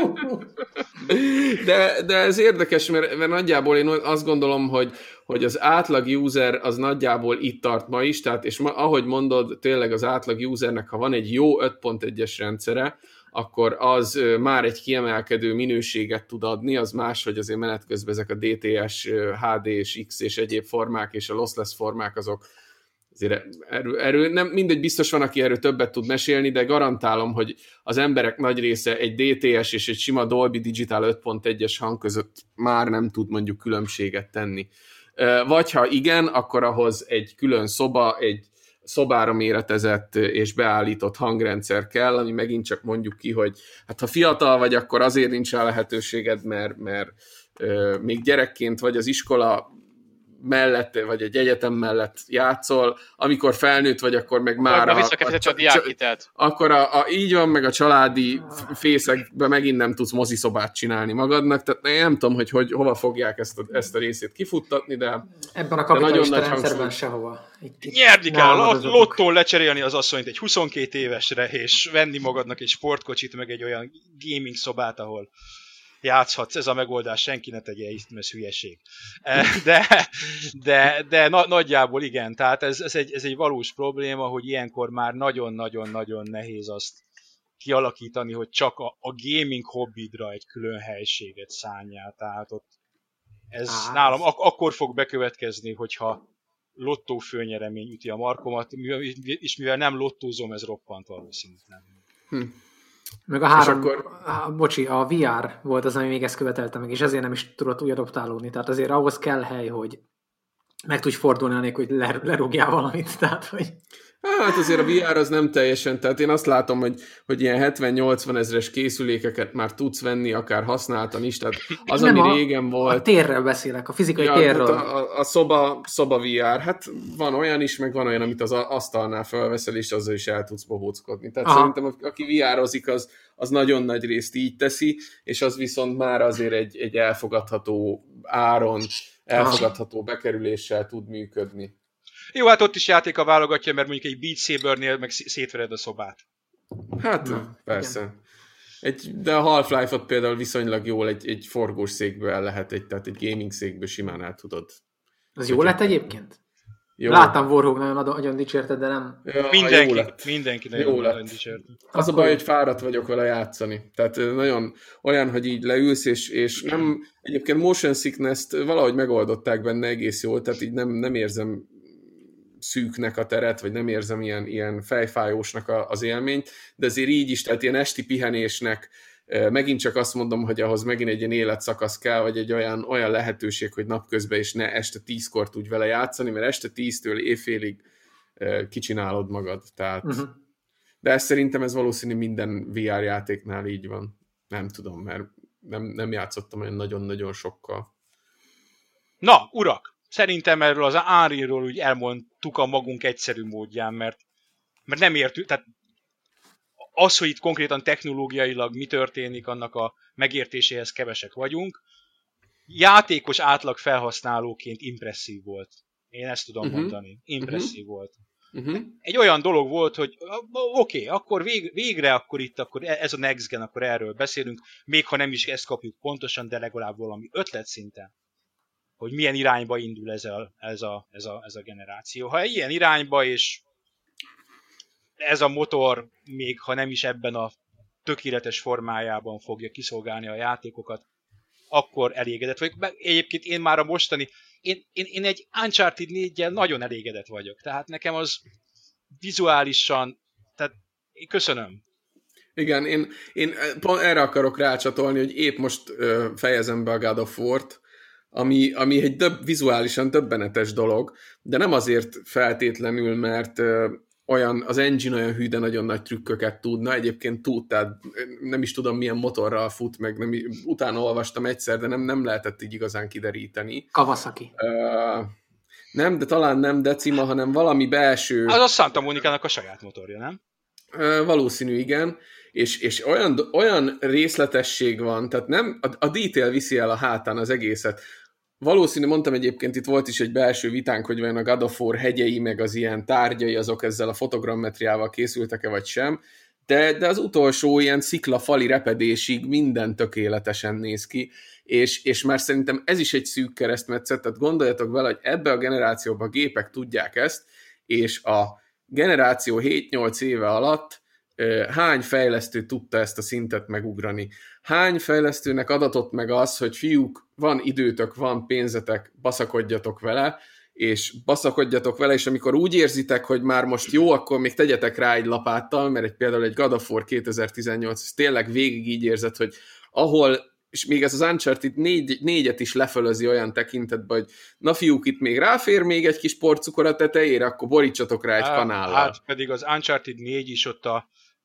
De, de ez érdekes, mert, mert nagyjából én azt gondolom, hogy, hogy az átlag user az nagyjából itt tart ma is, tehát és ma, ahogy mondod, tényleg az átlag usernek, ha van egy jó öt pont egyes rendszere, akkor az már egy kiemelkedő minőséget tud adni, az más, hogy azért menet közben ezek a dé té es, há dé és X és egyéb formák és a lossless formák azok azért erről, erről nem mindegy, biztos van, aki erről többet tud mesélni, de garantálom, hogy az emberek nagy része egy dé té es és egy sima Dolby Digital öt pont egyes hang között már nem tud mondjuk különbséget tenni. Vagy ha igen, akkor ahhoz egy külön szoba, egy szobára méretezett és beállított hangrendszer kell, ami megint csak mondjuk ki, hogy hát ha fiatal vagy, akkor azért nincs rá lehetőséged, mert, mert euh, még gyerekként vagy az iskola mellett, vagy egy egyetem mellett játszol, amikor felnőtt vagy, akkor meg már a, a, a, a, akkor a, a, így van, meg a családi fészekben megint nem tudsz moziszobát csinálni magadnak, tehát én nem tudom, hogy, hogy hova fogják ezt a, ezt a részét kifuttatni, de ebben a kapitalista rendszerben sehova. Itt, itt Nyerni kell, a lottón lecserélni az asszonyt egy huszonkét évesre, és venni magadnak egy sportkocsit, meg egy olyan gaming szobát, ahol játszhatsz, ez a megoldás, senki ne tegye itt, mert hülyeség. De, de, de na, nagyjából igen, tehát ez, ez, egy, ez egy valós probléma, hogy ilyenkor már nagyon-nagyon-nagyon nehéz azt kialakítani, hogy csak a, a gaming hobbidra egy külön helységet szánjál. Tehát ott ez Á, nálam ak- akkor fog bekövetkezni, hogyha lottó főnyeremény üti a markomat, és mivel nem lottózom, ez roppant valószínű. Hm. Meg a három, akkor... a, bocsi, a vé er volt az, ami még ezt követelte meg, és ezért nem is tudott úgy adoptálódni. Tehát azért ahhoz kell hely, hogy meg tudj fordulni anélkül, hogy lerúgjál valamit. Tehát, hogy... Hát azért a vé er az nem teljesen, tehát én azt látom, hogy, hogy ilyen hetven-nyolcvan ezres készülékeket már tudsz venni, akár használtan is, tehát az, nem ami a, régen volt... A térről beszélek, a fizikai ja, térről. A, a, a szoba, szoba vé er, hát van olyan is, meg van olyan, amit az asztalnál felveszel, és azzal is el tudsz bohóckodni. Tehát Aha. szerintem, aki vé er-ozik, az, az nagyon nagy részt így teszi, és az viszont már azért egy, egy elfogadható áron, elfogadható Aha. bekerüléssel tud működni. Jó, hát ott is játéka válogatja, mert mondjuk egy Beat Sabernél meg szétvered a szobát. Hát, Na, persze. Egy, de a Half-Life-ot például viszonylag jól egy, egy forgós székből el lehet, egy, tehát egy gaming székből simán el tudod. Az jó lett egyébként? Jó. Láttam Warhawk nagyon, nagyon dicsérted, de nem... Ja, mindenki, mindenki nagyon, nagyon dicsérted. Az a baj, hogy fáradt vagyok vele játszani. Tehát nagyon olyan, hogy így leülsz, és, és nem... Egyébként motion sickness-t valahogy megoldották benne egész jól, tehát így nem, nem érzem szűknek a teret, vagy nem érzem ilyen, ilyen fejfájósnak a, az élményt, de azért így is, tehát ilyen esti pihenésnek megint csak azt mondom, hogy ahhoz megint egy ilyen életszakasz kell, vagy egy olyan, olyan lehetőség, hogy napközben is ne este tízkor tudj vele játszani, mert este tíztől éjfélig kicsinálod magad. Tehát, uh-huh. De ez szerintem ez valószínű minden vé er játéknál így van. Nem tudom, mert nem, nem játszottam olyan nagyon-nagyon sokkal. Na, urak! Szerintem erről az Unreal-ról úgy elmondtuk a magunk egyszerű módján, mert, mert nem értük, tehát az, hogy itt konkrétan technológiailag mi történik, annak a megértéséhez kevesek vagyunk. Játékos átlag felhasználóként impresszív volt. Én ezt tudom uh-huh. mondani. Impresszív uh-huh. volt. Uh-huh. Egy olyan dolog volt, hogy oké, okay, akkor vég, végre akkor itt, akkor ez a Next Gen, akkor erről beszélünk, még ha nem is ezt kapjuk pontosan, de legalább valami ötletszinten, hogy milyen irányba indul ez a, ez, a, ez, a, ez a generáció. Ha ilyen irányba, és ez a motor, még ha nem is ebben a tökéletes formájában fogja kiszolgálni a játékokat, akkor elégedett vagyok. Egyébként én már a mostani, én, én, én egy Uncharted néggyel nagyon elégedett vagyok. Tehát nekem az vizuálisan, tehát én köszönöm. Igen, én, én pont erre akarok rácsatolni, hogy épp most ö, fejezem be a God of War-t, ami, ami egy döbb, vizuálisan döbbenetes dolog, de nem azért feltétlenül, mert ö, olyan, az engine olyan hű, de nagyon nagy trükköket tudna, egyébként tud, tehát nem is tudom milyen motorral fut, meg nem, utána olvastam egyszer, de nem, nem lehetett így igazán kideríteni. Kawasaki. Uh, nem, de talán nem Decima, hanem valami belső... Az a Santa Monica-nak a saját motorja, nem? Uh, valószínű, igen. És, és olyan, olyan részletesség van, tehát nem, a, a detail viszi el a hátán az egészet. Valószínű, mondtam egyébként, itt volt is egy belső vitánk, hogy vajon a God of War hegyei, meg az ilyen tárgyai, azok ezzel a fotogrammetriával készültek-e, vagy sem. de, de az utolsó ilyen sziklafali repedésig minden tökéletesen néz ki, és, és már szerintem ez is egy szűk keresztmetszet, tehát gondoljatok vele, hogy ebbe a generációban a gépek tudják ezt, és a generáció hét-nyolc éve alatt hány fejlesztő tudta ezt a szintet megugrani. Hány fejlesztőnek adatott meg az, hogy fiúk, van időtök, van pénzetek, baszakodjatok vele, és baszakodjatok vele, és amikor úgy érzitek, hogy már most jó, akkor még tegyetek rá egy lapáttal, mert egy, például egy God of War kétezer-tizennyolc, ez tényleg végig így érzed, hogy ahol, és még ez az Uncharted négy, négyet is lefölözi olyan tekintetben, hogy na fiúk, itt még ráfér még egy kis porcukor a tetejére, akkor borítsatok rá egy hát, kanállal. Hát pedig az Uncharted négy is ott a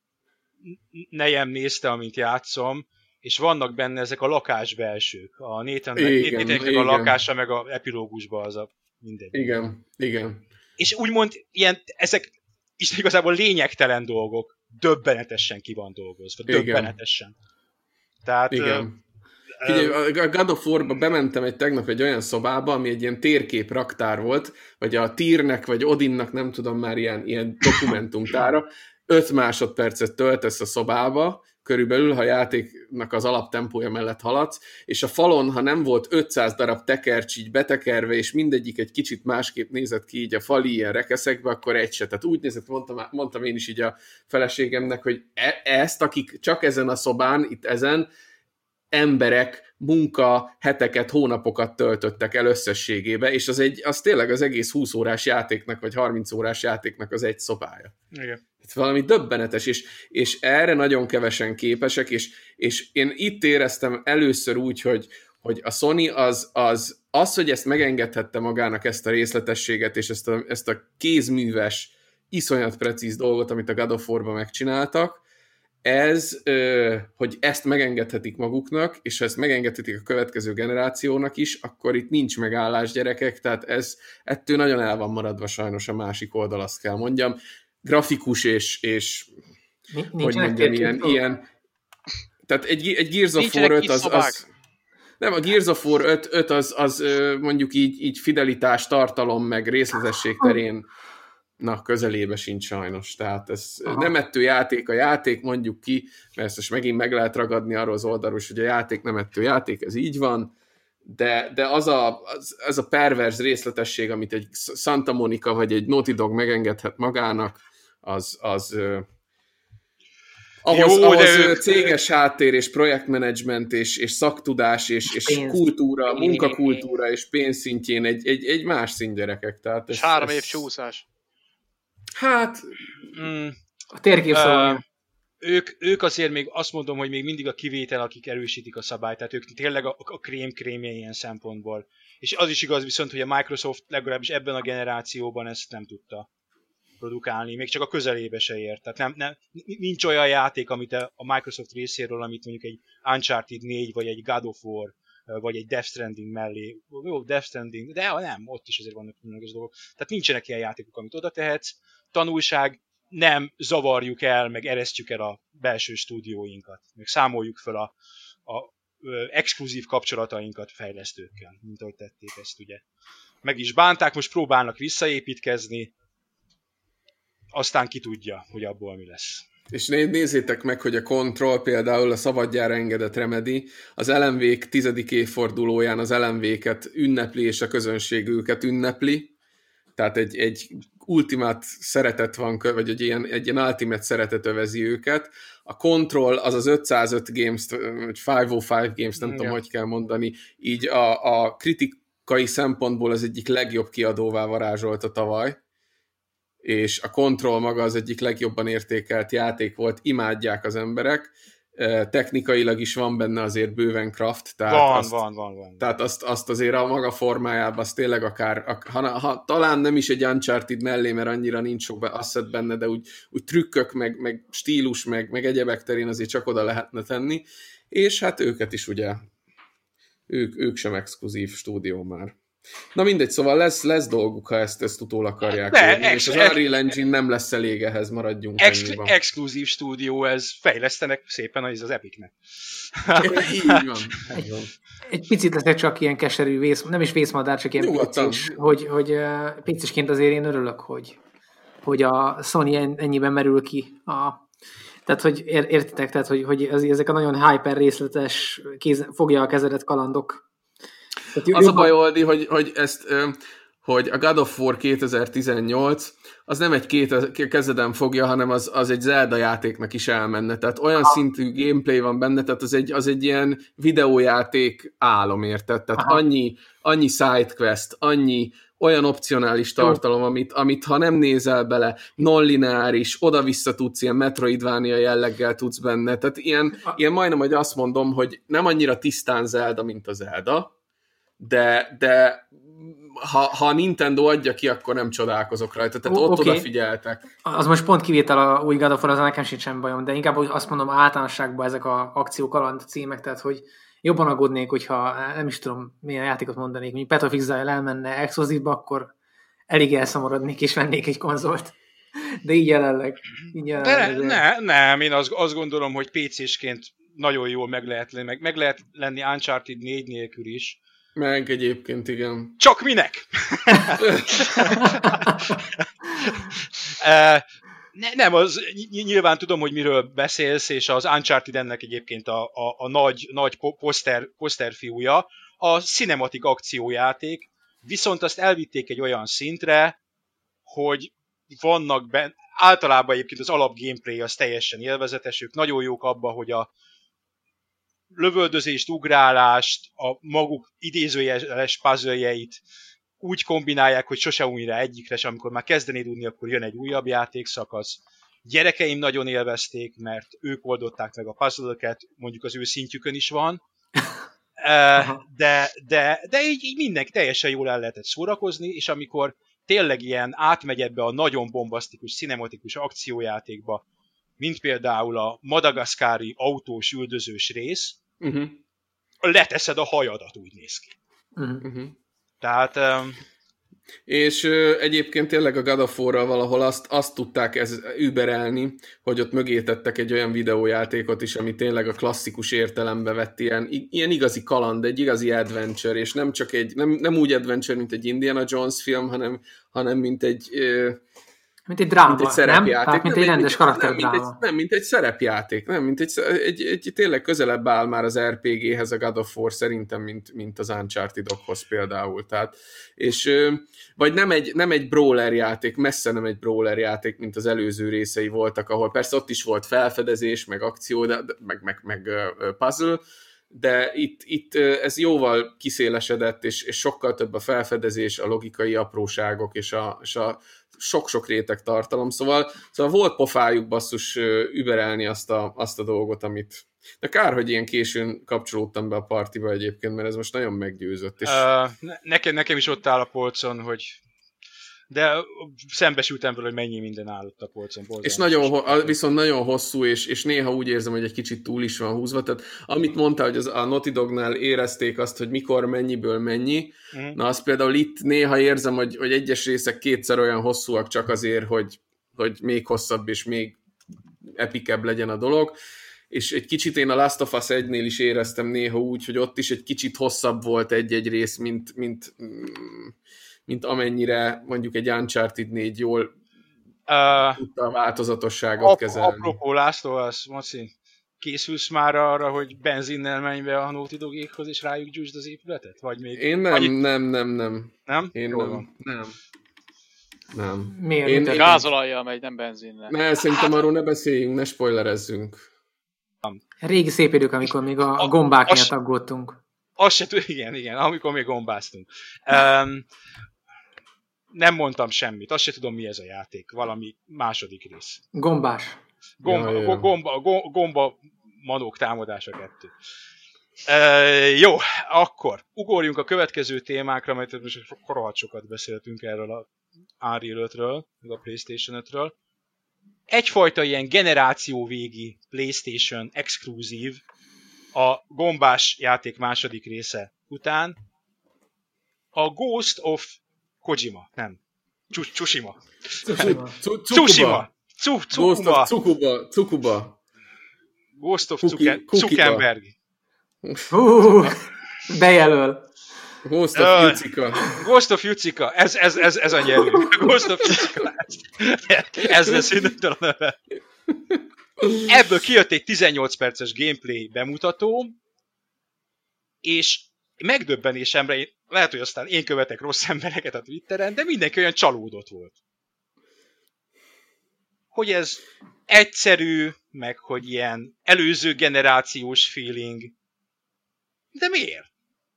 nejem nézte, amint játszom, és vannak benne ezek a lakásbelsők. A Nathannek a lakása, meg a epilógusban az a minden. Igen, igen. És úgymond ilyen, ezek is igazából lényegtelen dolgok, döbbenetesen ki van dolgozva. Döbbenetesen. Tehát... Igen. Uh, Figyelj, a God of War-ba bementem egy tegnap egy olyan szobába, ami egy ilyen térkép raktár volt, vagy a Tyrnek, vagy Odinnak, nem tudom már, ilyen, ilyen dokumentumtára. öt másodpercet töltesz a szobába, körülbelül, ha a játéknak az alaptempója mellett haladsz, és a falon, ha nem volt ötszáz darab tekercs így betekerve, és mindegyik egy kicsit másképp nézett ki így a fali ilyen rekeszekbe, akkor egy se. Tehát úgy nézett, mondtam, mondtam én is így a feleségemnek, hogy e- ezt, akik csak ezen a szobán, itt ezen, emberek munka, heteket, hónapokat töltöttek el összességébe, és az, egy, az tényleg az egész húsz órás játéknak, vagy harminc órás játéknak az egy szobája. Igen. Itt valami döbbenetes, és, és erre nagyon kevesen képesek, és, és én itt éreztem először úgy, hogy, hogy a Sony az, az, az, hogy ezt megengedhette magának ezt a részletességet, és ezt a, ezt a kézműves, iszonyat precíz dolgot, amit a God of War-ban megcsináltak, ez, hogy ezt megengedhetik maguknak, és ha ezt megengedhetik a következő generációnak is, akkor itt nincs megállás, gyerekek, tehát ez ettől nagyon el van maradva sajnos a másik oldal, azt kell mondjam. Grafikus és, és hogy mondjam, ilyen, ilyen, tehát egy, egy Gears of War öt az, az nem, a Gears of War öt, öt az, az mondjuk így, így fidelitás, tartalom, meg részletesség terén na, közelébe sincs sajnos. Tehát ez Aha. nem ettő játék a játék, mondjuk ki, mert ezt most megint meg lehet ragadni arról az oldalról, hogy a játék nem ettő játék, ez így van, de, de az, a, az, az a perverz részletesség, amit egy Santa Monica vagy egy Naughty Dog megengedhet magának, az, az ahhoz, Jó, ahhoz ő... céges háttér és projektmenedzsment és, és szaktudás és, és kultúra, munkakultúra és pénzszintjén egy, egy, egy más szint, gyerekek. Tehát ez, és három ez... év csúszás. Hát... Mm, a térkép szóval. Uh, ők, ők azért még azt mondom, hogy még mindig a kivétel, akik erősítik a szabályt, tehát ők tényleg a, a krém-krémje ilyen szempontból. És az is igaz viszont, hogy a Microsoft legalábbis ebben a generációban ezt nem tudta produkálni, még csak a közelébe se ért. Tehát nem, nem, nincs olyan játék, amit a Microsoft részéről, amit mondjuk egy Uncharted négy, vagy egy God of War, vagy egy Death Stranding mellé. Jó, Death Stranding, de nem, ott is azért vannak különleges dolgok. Tehát nincsenek ilyen játékok, amit oda tehetsz. Tanulság, nem zavarjuk el, meg eresztjük el a belső stúdióinkat. Meg számoljuk fel a, a, a exkluzív kapcsolatainkat fejlesztőkkel, mint ahogy tették ezt, ugye. Meg is bánták, most próbálnak visszaépítkezni, aztán ki tudja, hogy abból mi lesz. És nézzétek meg, hogy a Control például a szabadjára engedett Remedy, az el em vé-k tizedik évfordulóján az el em vé-ket ünnepli, és a közönség őket ünnepli. Tehát egy, egy ultimát szeretet van, vagy egy ilyen, egy ilyen ultimate szeretet övezi őket. A Control az az ötszázöt Games, vagy ötszázöt Games, nem Igen. tudom, hogy kell mondani, így a, a kritikai szempontból az egyik legjobb kiadóvá varázsolta tavaly, és a Control maga az egyik legjobban értékelt játék volt, imádják az emberek, technikailag is van benne azért bőven craft, tehát, van, azt, van, van, van. tehát azt, azt azért a maga formájában az tényleg akár, ha, ha, talán nem is egy Uncharted mellé, mert annyira nincs sok asset benne, de úgy, úgy trükkök, meg, meg stílus, meg, meg egyebek terén azért csak oda lehetne tenni, és hát őket is ugye, ők, ők sem exkluzív stúdió már. Na mindegy, szóval lesz, lesz dolguk, ha ezt, ezt utól akarják de, érni, ex- és az Unreal Engine nem lesz elég ehhez, maradjunk ex- ennyiban. Exkluzív stúdió, ez fejlesztenek szépen az, az Epicnek. Így van. Egy, egy picit leszek csak ilyen keserű, vész, nem is vészmadár, csak ilyen picis, hogy, hogy uh, picisként azért én örülök, hogy, hogy a Sony ennyiben merül ki a Tehát, hogy értitek, tehát, hogy, hogy ezek a nagyon hyper részletes, kéz, fogja a kezedet kalandok. Tehát az jobban... a baj, Oldi, hogy, hogy ezt, hogy a God of War kétezer-tizennyolc az nem egy két kezeden fogja, hanem az, az egy Zelda játéknak is elmenne. Tehát olyan Aha. szintű gameplay van benne, tehát az egy, az egy ilyen videójáték álom, érted? Tehát annyi, annyi sidequest, annyi olyan opcionális tartalom, amit, amit ha nem nézel bele, non-lineáris, oda-vissza tudsz, ilyen Metroidvania jelleggel tudsz benne. Tehát ilyen, ilyen majdnem, hogy azt mondom, hogy nem annyira tisztán Zelda, mint a Zelda, de, de ha, ha a Nintendo adja ki, akkor nem csodálkozok rajta. Tehát ott okay. odafigyeltek. Az most pont kivétel a új God of War, az nekem sincsen bajom, de inkább azt mondom általánosságban ezek a akciókaland címek, tehát hogy jobban aggódnék, hogyha nem is tudom, milyen játékot mondanék, mondjuk Path of Exile elmenne exkluzívba, akkor elég elszomorodnék és vennék egy konzolt. De így jelenleg. Így jelenleg de ne, nem, én azt, azt gondolom, hogy pé césként nagyon jól meg lehet lenni, meg, meg lehet lenni Uncharted négy nélkül is. Meg egyébként, igen. Csak minek? uh, ne, nem, az, nyilván tudom, hogy miről beszélsz, és az Uncharted ennek egyébként a, a, a nagy, nagy poszter, poszterfiúja, a cinematic akciójáték, viszont azt elvitték egy olyan szintre, hogy vannak benne, általában egyébként az alap gameplay az teljesen élvezetes, ők nagyon jók abban, hogy a lövöldözést, ugrálást, a maguk idézőjeles puzzle-jeit úgy kombinálják, hogy sose újra egyikre, és amikor már kezdenéd unni, akkor jön egy újabb játékszakasz. Gyerekeim nagyon élvezték, mert ők oldották meg a puzzle-öket, mondjuk az ő szintjükön is van, de, de, de így, így mindenki teljesen jól el lehetett szórakozni, és amikor tényleg ilyen átmegy ebbe a nagyon bombasztikus, cinematikus akciójátékba, mint például a madagaszkári autós üldözős rész, uh-huh. leteszed a hajadat, úgy néz ki. Uh-huh. Tehát... Um... És ö, egyébként tényleg a God of War-ral valahol azt, azt tudták ez, überelni, hogy ott mögé tettek egy olyan videójátékot is, ami tényleg a klasszikus értelembe vett ilyen, ilyen igazi kaland, egy igazi adventure, és nem csak egy, nem, nem úgy adventure, mint egy Indiana Jones film, hanem, hanem mint egy... Ö, Mint egy dráma, mint egy szerepjáték. Nem? Tehát, mint nem, egy rendes karakterdráma. Nem, mint egy, nem, mint egy szerepjáték. Nem, mint egy, egy, egy, tényleg közelebb áll már az er pé géhez a God of War szerintem, mint, mint az Uncharted-okhoz például. Tehát, és, vagy nem egy, nem egy brawler játék, messze nem egy brawler játék, mint az előző részei voltak, ahol persze ott is volt felfedezés, meg akció, de, meg, meg, meg puzzle, de itt, itt ez jóval kiszélesedett, és, és sokkal több a felfedezés, a logikai apróságok, és a, és a sok-sok réteg tartalom, szóval, szóval volt pofájuk basszus überelni azt a, azt a dolgot, amit... De kár, hogy ilyen későn kapcsolódtam be a partiba egyébként, mert ez most nagyon meggyőzött. És... Uh, ne, nekem, nekem is ott áll a polcon, hogy... De szembesültem vele, hogy mennyi minden áll ott a polcon. És nagyon, viszont nagyon hosszú, és, és néha úgy érzem, hogy egy kicsit túl is van húzva. Tehát amit mondtál, hogy az, a Naughty Dognál érezték azt, hogy mikor mennyiből mennyi, mm. na azt például itt néha érzem, hogy, hogy egyes részek kétszer olyan hosszúak csak azért, hogy, hogy még hosszabb és még epikebb legyen a dolog. És egy kicsit én a Last of Us egynél is éreztem néha úgy, hogy ott is egy kicsit hosszabb volt egy-egy rész, mint... mint mint amennyire mondjuk egy Uncharted négy jól uh, tudta a változatosságot ap- kezelni. Apropó László, az, Maci, készülsz már arra, hogy benzinnel menj be a Naughty Dogékhoz, és rájuk gyújtsd az épületet? Vagy még Én nem, annyit... nem, nem, nem. Nem? Én Jól nem. Van. Nem. Nem. Miért? Én, én... Gázolajjal megy, nem benzinnel. Ne, szerintem arról ne beszéljünk, ne spoilerezzünk. Régi szép idők, amikor még a, a gombák miatt aggódtunk. Azt se tud, igen, igen, amikor még gombáztunk. Um, nem mondtam semmit, azt se tudom, mi ez a játék. Valami második rész. Gombás. Gomba, ja, ja. gomba, gomba, gomba manók támadása kettő. Uh, jó, akkor ugorjunk a következő témákra, mert most rohadt sokat beszéltünk erről a Unreal ötről, meg a PlayStation ötről. Egyfajta ilyen generációvégi PlayStation exkluzív a gombás játék második része után a Ghost of Kojima, nem. Tsushima. Tsushima. Ghost of Tsukuba. Tsukuba. Ghost of Zuckerberg. Bejelöl. Ghost of Yucika. Ghost of Yucika. Ez, ez, ez, ez a nyelvű. Ghost of Yucika. Ez lesz innentől a neve. Ebből kijött egy tizennyolc perces gameplay bemutató, és megdöbbenésemre, én, lehet, hogy aztán én követek rossz embereket a Twitteren, de mindenki olyan csalódott volt. Hogy ez egyszerű, meg hogy ilyen előző generációs feeling. De miért?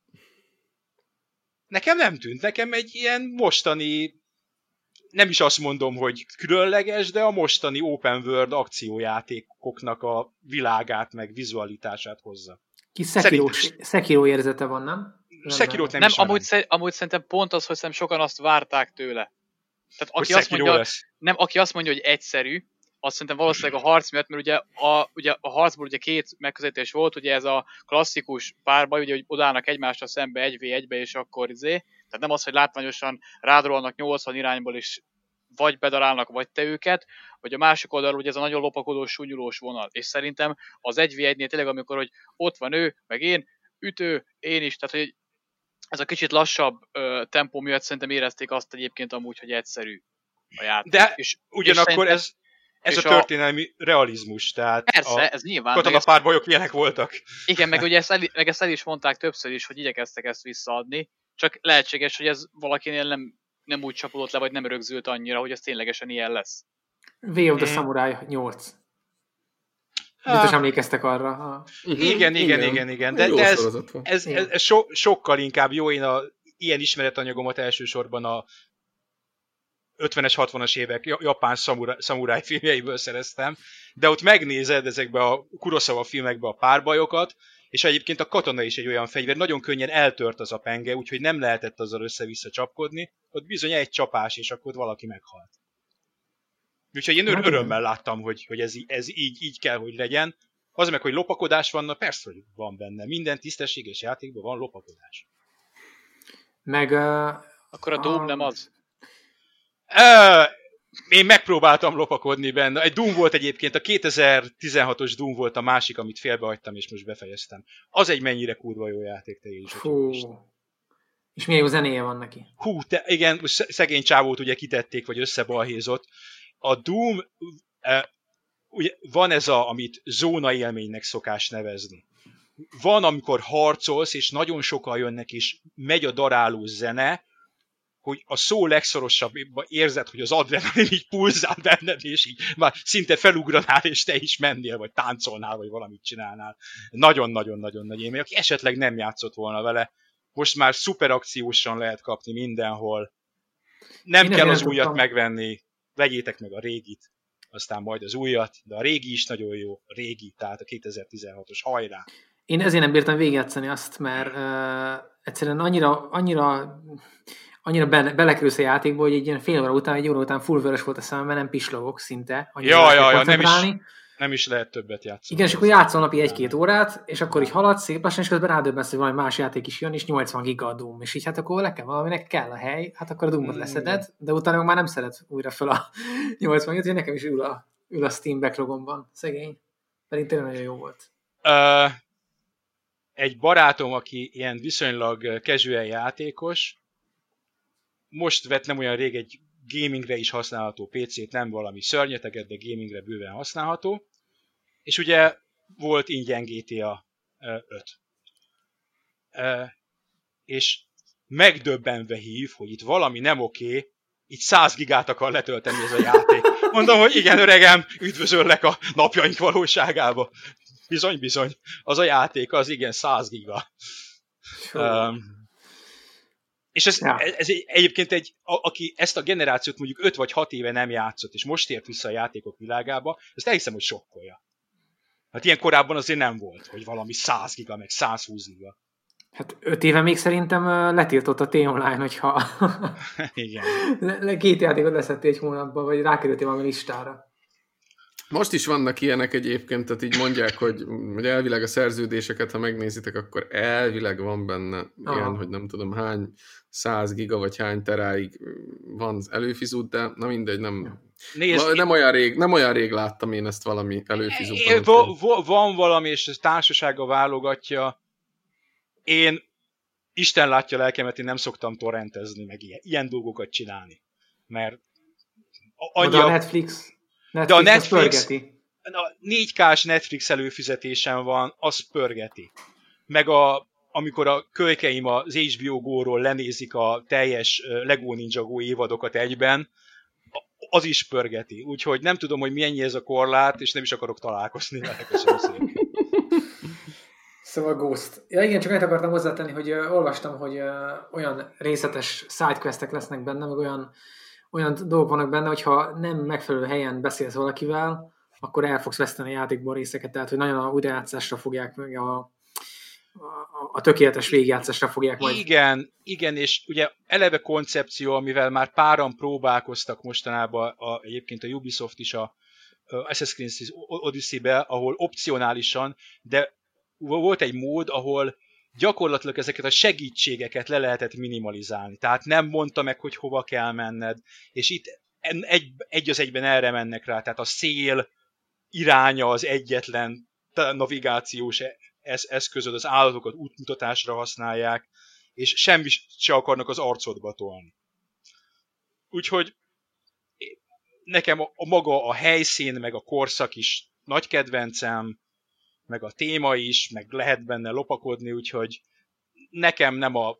Nekem nem tűnt. Nekem egy ilyen mostani, nem is azt mondom, hogy különleges, de a mostani open world akciójátékoknak a világát, meg vizualitását hozza. Ki Sekiro érzete van, nem? Sekirot nem, nem amúgy, sze, amúgy szerintem pont az, hogy szerintem sokan azt várták tőle. Tehát aki azt, mondja, nem, aki azt mondja, hogy egyszerű, azt szerintem valószínűleg a harc miatt, mert ugye a, ugye a harcból ugye két megközelítés volt, ugye ez a klasszikus párbaj, ugye, hogy odállnak egymásra szembe egy vé egybe, és akkor izé, tehát nem az, hogy látványosan rádrolnak nyolcvan irányból, és vagy bedarálnak, vagy te őket, vagy a másik oldalról ugye ez a nagyon lopakodó, súnyulós vonal. És szerintem az egy vé egynél tényleg, amikor hogy ott van ő, meg én, ütő, én is, tehát hogy ez a kicsit lassabb ö, tempó miatt szerintem érezték azt egyébként amúgy, hogy egyszerű a játék. De és, ugyanakkor és ez, ez a történelmi a... realizmus, tehát persze, a ez nyilván. katonapárbajok ilyenek voltak. Igen, meg ugye ezt el, meg ezt el is mondták többször is, hogy igyekeztek ezt visszaadni, csak lehetséges, hogy ez valakinél nem, nem úgy csapódott le, vagy nem rögzült annyira, hogy ez ténylegesen ilyen lesz. Way of the Samurai nyolc. Biztos emlékeztek arra. A... Uh-huh. Igen, igen, igen, igen, igen. De, de ez, ez, ez, ez so, sokkal inkább jó. Én a ilyen ismeretanyagomat elsősorban a ötvenes, hatvanas évek japán szamuráj filmjeiből szereztem, de ott megnézed ezekbe a Kurosawa filmekbe a párbajokat, és egyébként a katona is egy olyan fegyver, nagyon könnyen eltört az a penge, úgyhogy nem lehetett azzal össze-vissza csapkodni, ott bizony egy csapás, és akkor valaki meghalt. Úgyhogy én ör- örömmel láttam, hogy, hogy ez, ez így, így kell, hogy legyen. Az meg, hogy lopakodás van, na persze, hogy van benne. Minden tisztességes játékban van lopakodás. Meg... Uh, akkor a Doom a... nem az? Uh, én megpróbáltam lopakodni benne. Egy Doom volt egyébként, a kétezer-tizenhatos Doom volt a másik, amit félbehagytam, és most befejeztem. Az egy mennyire kurva jó játék, te is. Hú. És milyen jó zenéje van neki. Hú, te, igen, szegény csávót ugye kitették, vagy összebalhézott. A Doom, uh, ugye van ez a, amit zóna élménynek szokás nevezni. Van, amikor harcolsz, és nagyon sokan jönnek, és megy a daráló zene, hogy a szó legszorosabb érzed, hogy az adrenalin így pulzál benned, és így már szinte felugranál, és te is mennél, vagy táncolnál, vagy valamit csinálnál. Nagyon-nagyon-nagyon nagy élmény. Aki esetleg nem játszott volna vele, most már szuperakciósan lehet kapni mindenhol. Nem Én kell az újat tudtam. megvenni, vegyétek meg a régit, aztán majd az újat, de a régi is nagyon jó, a régi, tehát a kétezer-tizenhatos, hajrá! Én ezért nem bírtam végigjátszani azt, mert uh, egyszerűen annyira, annyira annyira be, belekerülsz a játékba, hogy egy ilyen fél óra után, egy óra után full vörös volt a szememben, nem pislogok szinte. Ja, ja, ja, nem is, nem is lehet többet játszani. Igen, és akkor játszol napi egy-két órát, és akkor így haladsz szép lassan, és közben rádöbbensz, hogy valami más játék is jön, és nyolcvan giga a Doom. És így hát akkor nekem valaminek kell a hely, hát akkor a Doomot mm. leszeded, de utána már nem szeded újra fel a nyolcvan giga, nekem is ül a, ül a Steam backlogomban, szegény. Pedig tényleg nagyon jó volt. Uh, egy barátom, aki ilyen viszonylag casual játékos, most vett nem olyan rég egy gamingre is használható pé cét, nem valami szörnyeteget, de gamingre bőven használható. És ugye volt ingyen gé té á öt. És megdöbbenve hív, hogy itt valami nem oké, itt száz gigát akar letölteni ez a játék. Mondom, hogy igen, öregem, üdvözöllek a napjaink valóságába. Bizony, bizony. Az a játék, az igen, száz giga. Um, És ez, ja. ez egy, egyébként egy, a, aki ezt a generációt mondjuk öt vagy hat éve nem játszott, és most ért vissza a játékok világába, ezt elhiszem, hogy sokkolja. Hát ilyen korábban azért nem volt, hogy valami száz giga, meg száz húsz giga. Hát öt éve még szerintem letiltott a T-Online, hogyha igen. Le, két játékot leszettél egy hónapban, vagy rákerültél valami listára. Most is vannak ilyenek egyébként, tehát így mondják, hogy, hogy elvileg a szerződéseket, ha megnézitek, akkor elvileg van benne Aha. ilyen, hogy nem tudom hány száz giga, vagy hány teráig van előfizút, de na mindegy, nem, Nézd, nem, olyan rég, nem olyan rég láttam én ezt valami előfizútban. Va, va, van valami, és ez társasága válogatja. Én, Isten látja lelkemet, én nem szoktam torrentezni, meg ilyen, ilyen dolgokat csinálni. Mert annyi a Netflix... Netflix de a Netflix, a négy kás Netflix előfizetésen van, az pörgeti. Meg a, amikor a kölykeim az há bé o Go-ról lenézik a teljes Lego Ninjago évadokat egyben, az is pörgeti. Úgyhogy nem tudom, hogy mennyi ez a korlát, és nem is akarok találkozni vele. Köszönöm szépen. Szóval Ghost. Ja igen, csak annyit akartam hozzátenni, hogy uh, olvastam, hogy uh, olyan részletes sidequestek lesznek benne, meg olyan, olyan dolgok vannak benne, hogyha nem megfelelő helyen beszélsz valakivel, akkor el fogsz veszteni a játékból részeket, tehát hogy nagyon a újrajátszásra fogják, meg a, a, a tökéletes végigjátszásra fogják majd. Igen, igen, és ugye eleve koncepció, amivel már páran próbálkoztak mostanában, a, egyébként a Ubisoft is a, a Assassin's Creed Odyssey-be, ahol opcionálisan, de volt egy mód, ahol gyakorlatilag ezeket a segítségeket le lehetett minimalizálni. Tehát nem mondta meg, hogy hova kell menned, és itt egy, egy az egyben erre mennek rá. Tehát a szél iránya az egyetlen navigációs eszközöd, az állatokat útmutatásra használják, és semmit se akarnak az arcodba tolni. Úgyhogy nekem a, a maga a helyszín, meg a korszak is nagy kedvencem, meg a téma is, meg lehet benne lopakodni, úgyhogy nekem nem a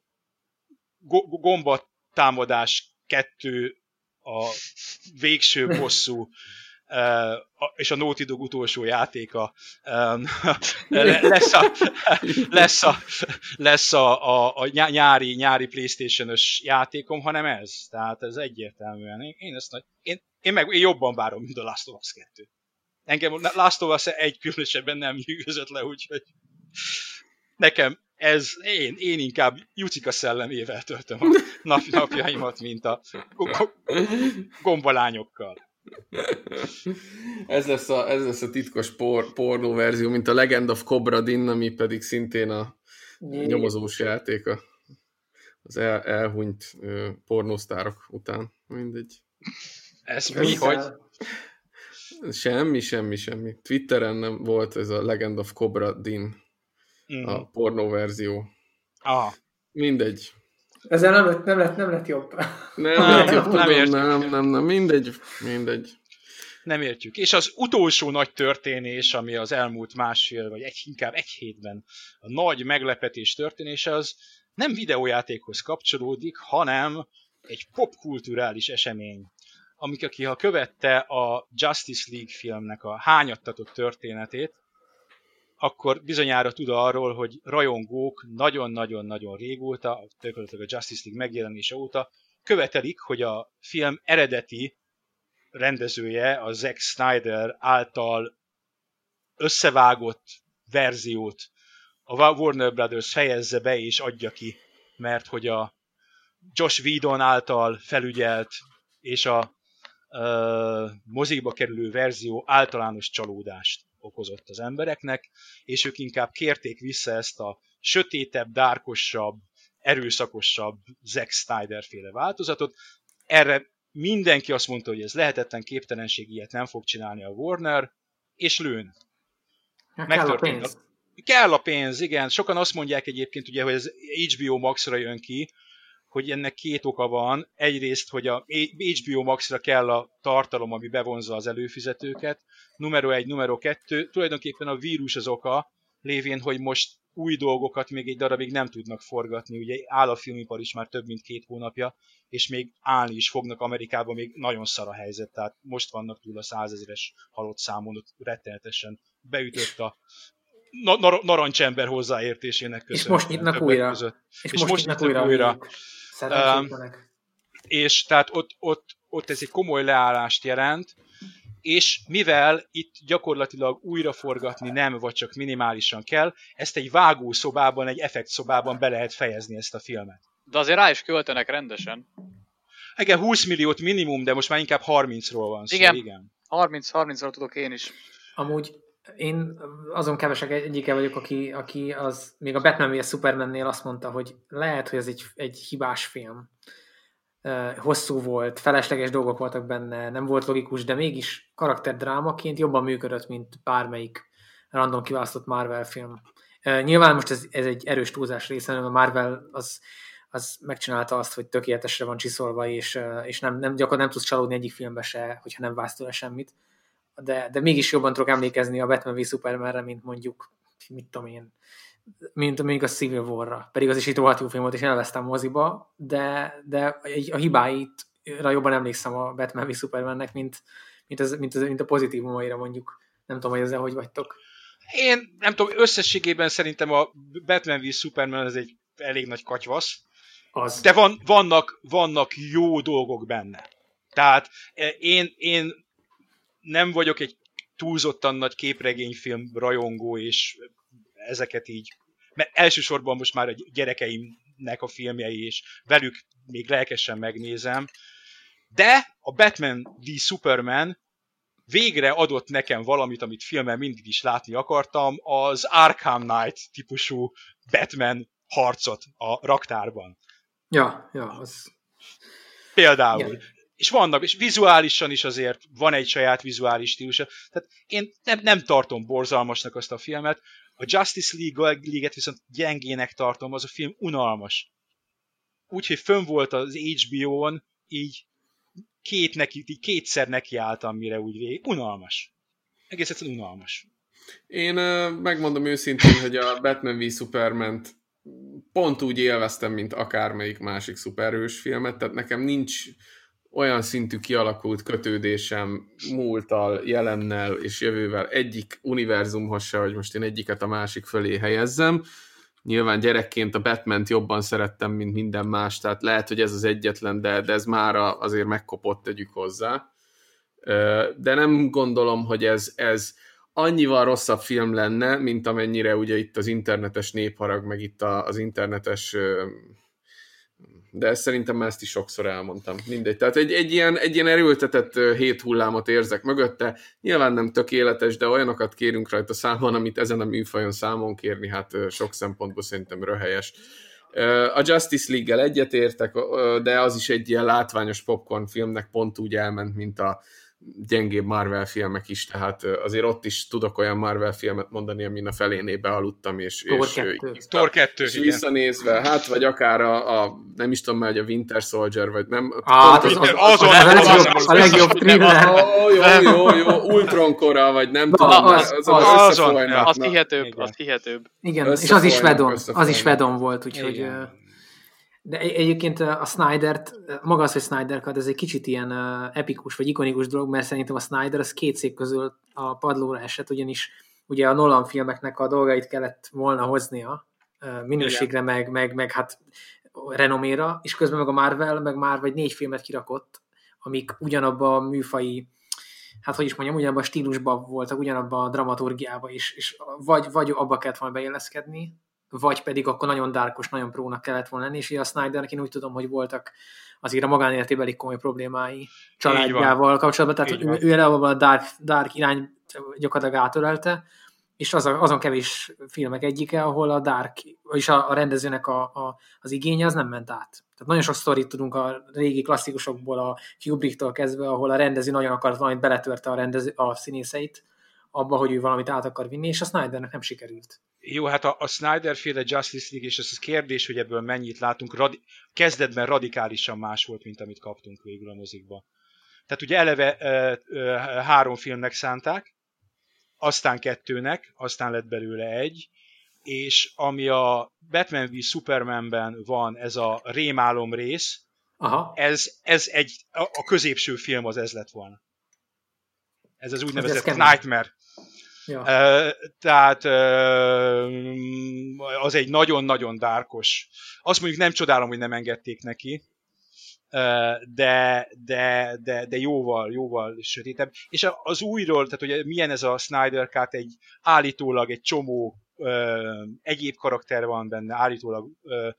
gombatámadás kettő a végső bosszú, és a Naughty Dog utolsó játéka lesz a, lesz a, lesz a, a, a nyári, nyári PlayStation-ös játékom, hanem ez. Tehát ez egyértelműen. Én, ezt nagy, én, én meg én jobban várom, mint a Last of Us kettő. Engem Last of Us egy különösebben nem nyűgözött le, úgyhogy nekem ez, én, én inkább Jucika szellemével töltöm a nap, napjaimat, mint a gombalányokkal. Ez lesz a, ez lesz a titkos por, pornó verzió, mint a Legend of Cobra Dinn, ami pedig szintén a nyomozós játéka. Az el, elhunyt uh, pornósztárok után. Mindegy. Ez mi, hogy... Semmi, semmi, semmi. Twitteren nem volt ez a Legend of Cobra Dinn, mm. a pornó verzió. Ah. Mindegy. Ezzel nem lett, nem lett, nem lett jobb. Nem nem, lett jobb, nem, tudom, nem, nem, nem, mindegy, mindegy. Nem értjük. És az utolsó nagy történés, ami az elmúlt másfél, vagy egy, inkább egy hétben a nagy meglepetés történése, az nem videójátékhoz kapcsolódik, hanem egy popkulturális esemény. Amik, aki ha követte a Justice League filmnek a hányattatott történetét, akkor bizonyára tud arról, hogy rajongók nagyon-nagyon-nagyon régóta, tökéletesen a Justice League megjelenése óta követelik, hogy a film eredeti rendezője, a Zack Snyder által összevágott verziót a Warner Brothers fejezze be és adja ki, mert hogy a Joss Whedon által felügyelt és a uh, mozikba kerülő verzió általános csalódást okozott az embereknek, és ők inkább kérték vissza ezt a sötétebb, dárkosabb, erőszakosabb Zack Snyder féle változatot. Erre mindenki azt mondta, hogy ez lehetetlen képtelenség, ilyet nem fog csinálni a Warner, és lőn. Megtörtént. Kell a pénz. Kell a pénz, igen. Sokan azt mondják egyébként, ugye, hogy ez há bé o Max-ra jön ki, hogy ennek két oka van. Egyrészt, hogy a há bé o Max-ra kell a tartalom, ami bevonza az előfizetőket. Numero egy, numero kettő. Tulajdonképpen a vírus az oka, lévén, hogy most új dolgokat még egy darabig nem tudnak forgatni. Ugye áll a filmipar is már több mint két hónapja, és még állni is fognak. Amerikában még nagyon szar a helyzet, tehát most vannak túl a százezeres halott számon, ott rettenetesen beütött a nar- narancsember hozzáértésének köszönhetően. És most nyitnak újra. És, és most, most most nyitnak újra. újra. Um, és tehát ott, ott, ott ez egy komoly leállást jelent, és mivel itt gyakorlatilag újraforgatni nem, vagy csak minimálisan kell, ezt egy vágószobában, egy effektszobában be lehet fejezni ezt a filmet. De azért rá is költenek rendesen. Igen, húsz milliót minimum, de most már inkább harmincról van szó. Igen, igen. harminc-harmincról tudok én is. Amúgy én azon kevesek egyike vagyok, aki, aki az, még a Batman vs Supermannél azt mondta, hogy lehet, hogy ez egy, egy hibás film. Uh, hosszú volt, felesleges dolgok voltak benne, nem volt logikus, de mégis karakterdrámaként jobban működött, mint bármelyik random kiválasztott Marvel film. Uh, nyilván most ez, ez egy erős túlzás része, mert a Marvel az, az megcsinálta azt, hogy tökéletesre van csiszolva, és, uh, és nem, nem, gyakorlatilag nem tudsz csalódni egyik filmbe se, hogyha nem vágsz tőle semmit. de, de mégis jobban tudok emlékezni a Batman v Supermanre, mint mondjuk, mit tudom én, mint mondjuk a Civil War-ra. Pedig az is itt rohadt jó film volt, és elvesztem moziba, de, de a hibáitra jobban emlékszem a Batman v Supermannek, mint, mint, az, mint, az, mint a pozitívumaira mondjuk. Nem tudom, hogy ezzel hogy vagytok. Én nem tudom, összességében szerintem a Batman v Superman ez egy elég nagy katyvasz. Az. De van, vannak, vannak jó dolgok benne. Tehát én, én nem vagyok egy túlzottan nagy képregényfilm rajongó, és ezeket így, mert elsősorban most már a gyerekeimnek a filmjei, és velük még lelkesen megnézem, de a Batman v Superman végre adott nekem valamit, amit filmen mindig is látni akartam, az Arkham Knight típusú Batman harcot a raktárban. Ja, ja, az... Például. Igen. És vannak, és vizuálisan is azért van egy saját vizuális stílusa. Tehát én nem, nem tartom borzalmasnak azt a filmet. A Justice League-et viszont gyengének tartom, az a film unalmas. Úgyhogy fönn volt az há bé ó-n, így, két neki, így kétszer nekiálltam, mire úgy végig. Unalmas. Egész egyszerűen unalmas. Én uh, megmondom őszintén, hogy a Batman v Superman-t pont úgy élveztem, mint akármelyik másik szuperhős filmet, tehát nekem nincs olyan szintű kialakult kötődésem múlttal, jelennel és jövővel egyik univerzumhoz se, hogy most én egyiket a másik fölé helyezzem. Nyilván gyerekként a Batmant jobban szerettem, mint minden más, tehát lehet, hogy ez az egyetlen, de, de ez már azért megkopott, tegyük hozzá. De nem gondolom, hogy ez, ez annyival rosszabb film lenne, mint amennyire ugye itt az internetes népharag, meg itt az internetes... De ezt szerintem már ezt is sokszor elmondtam. Mindegy. Tehát egy, egy, ilyen, egy ilyen erőltetett hét hullámot érzek mögötte. Nyilván nem tökéletes, de olyanokat kérünk rajta számon, amit ezen a műfajon számon kérni, hát sok szempontból szerintem röhelyes. A Justice League-gel egyetértek, de az is egy ilyen látványos popcorn filmnek pont úgy elment, mint a gyengébb Marvel filmek is, tehát azért ott is tudok olyan Marvel filmet mondani, amin a feléné bealudtam, és, és, Thor kettő, és visszanézve, hát vagy akár a, a nem is tudom már, hogy a Winter Soldier, vagy nem. Ah, az, az, az, az a legjobb thriller. Jó, jó, jó, Ultronkora, vagy nem tudom, az hihetőbb, az hihetőbb. Igen, és az is Vedon, az is Vedon volt, úgyhogy... De egyébként a Snydert, maga az, hogy Snyder Cut, ez egy kicsit ilyen epikus vagy ikonikus dolog, mert szerintem a Snyder az két szék közül a padlóra esett, ugyanis ugye a Nolan filmeknek a dolgait kellett volna hoznia minőségre, meg, meg, meg hát renoméra, és közben meg a Marvel, meg már vagy négy filmet kirakott, amik ugyanabban a műfai, hát hogy is mondjam, ugyanabban a stílusban voltak, ugyanabban a dramaturgiában is, és vagy, vagy abba kellett volna beilleszkedni, vagy pedig akkor nagyon dárkos, nagyon prónak kellett volna lenni, és a Snydernek én úgy tudom, hogy voltak azért a magánéletében elég komoly problémái családjával kapcsolatban, tehát ő, ő eleve a dark, dark irány gyakorlatilag átölelte, és az a, azon kevés filmek egyike, ahol a dark, vagyis a, a rendezőnek a, a, az igénye az nem ment át. Tehát nagyon sok sztorit tudunk a régi klasszikusokból, a Kubricktól kezdve, ahol a rendező nagyon akart valamit, beletörte a, rendező, a színészeit abba, hogy ő valamit át akar vinni, és a Snydernek nem sikerült. Jó, hát a, a Snyder-féle Justice League, és ez a kérdés, hogy ebből mennyit látunk, radi- kezdetben radikálisan más volt, mint amit kaptunk végül a mozikba. Tehát ugye eleve e, e, három filmnek szánták, aztán kettőnek, aztán lett belőle egy, és ami a Batman v Supermanben van, ez a rémálom rész, Aha. Ez, ez egy, a, a középső film az ez lett volna. Ez az úgynevezett Nightmare. Ja. Uh, tehát uh, az egy nagyon-nagyon dárkos. Azt mondjuk nem csodálom, hogy nem engedték neki, uh, de, de, de, de jóval, jóval sötétebb. És az újról, tehát ugye milyen ez a Snyder Cut, egy állítólag egy csomó uh, egyéb karakter van benne, állítólag uh,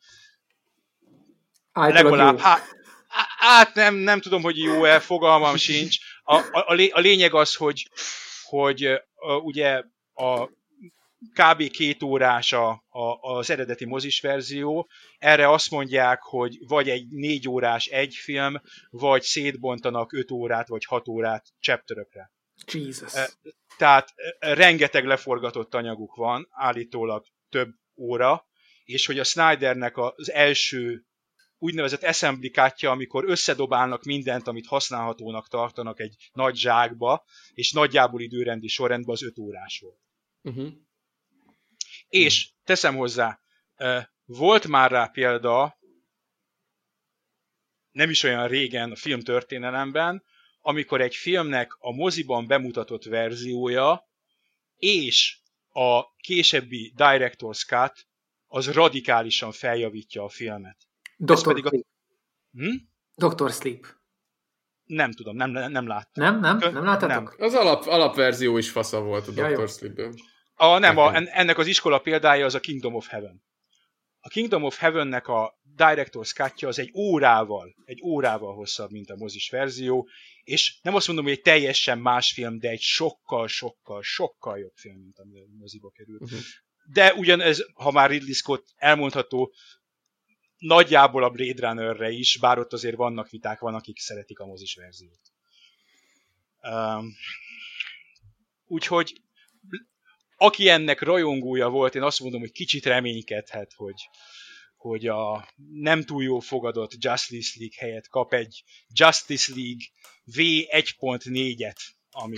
legalább hát, hát nem, nem tudom, hogy jó-e, fogalmam sincs. A, a, a lényeg az, hogy hogy uh, ugye a kb. Két órás a, a, az eredeti mozis verzió, erre azt mondják, hogy vagy egy négy órás egy film, vagy szétbontanak öt órát, vagy hat órát chapterökre. Jesus. Uh, tehát uh, rengeteg leforgatott anyaguk van, állítólag több óra, és hogy a Snydernek az első úgynevezett assembly cutja, amikor összedobálnak mindent, amit használhatónak tartanak egy nagy zsákba, és nagyjából időrendi sorrendben az öt órás volt. Uh-huh. És teszem hozzá, volt már rá példa, nem is olyan régen a filmtörténelemben, amikor egy filmnek a moziban bemutatott verziója és a későbbi Director's Cut az radikálisan feljavítja a filmet. doktor Sleep. A... Hm? doktor Sleep. Nem tudom, nem, nem láttam. Nem, nem? Nem láttátok? Nem. Az alap, alapverzió is fasza volt a doktor Sleep-ből. A, nem, a, ennek az iskola példája az a Kingdom of Heaven. A Kingdom of Heavennek a Director's Cut-ja az egy órával, egy órával hosszabb, mint a mozis verzió, és nem azt mondom, hogy egy teljesen más film, de egy sokkal, sokkal, sokkal jobb film, mint ami a moziba került. Uh-huh. De ugyanez, ha már Ridley Scott elmondható, nagyjából a Blade Runnerre is, bár ott azért vannak viták, van, akik szeretik a mozis verziót. Um, úgyhogy aki ennek rajongója volt, én azt mondom, hogy kicsit reménykedhet, hogy, hogy a nem túl jó fogadott Justice League helyett kap egy Justice League V egy pont négyet, ami,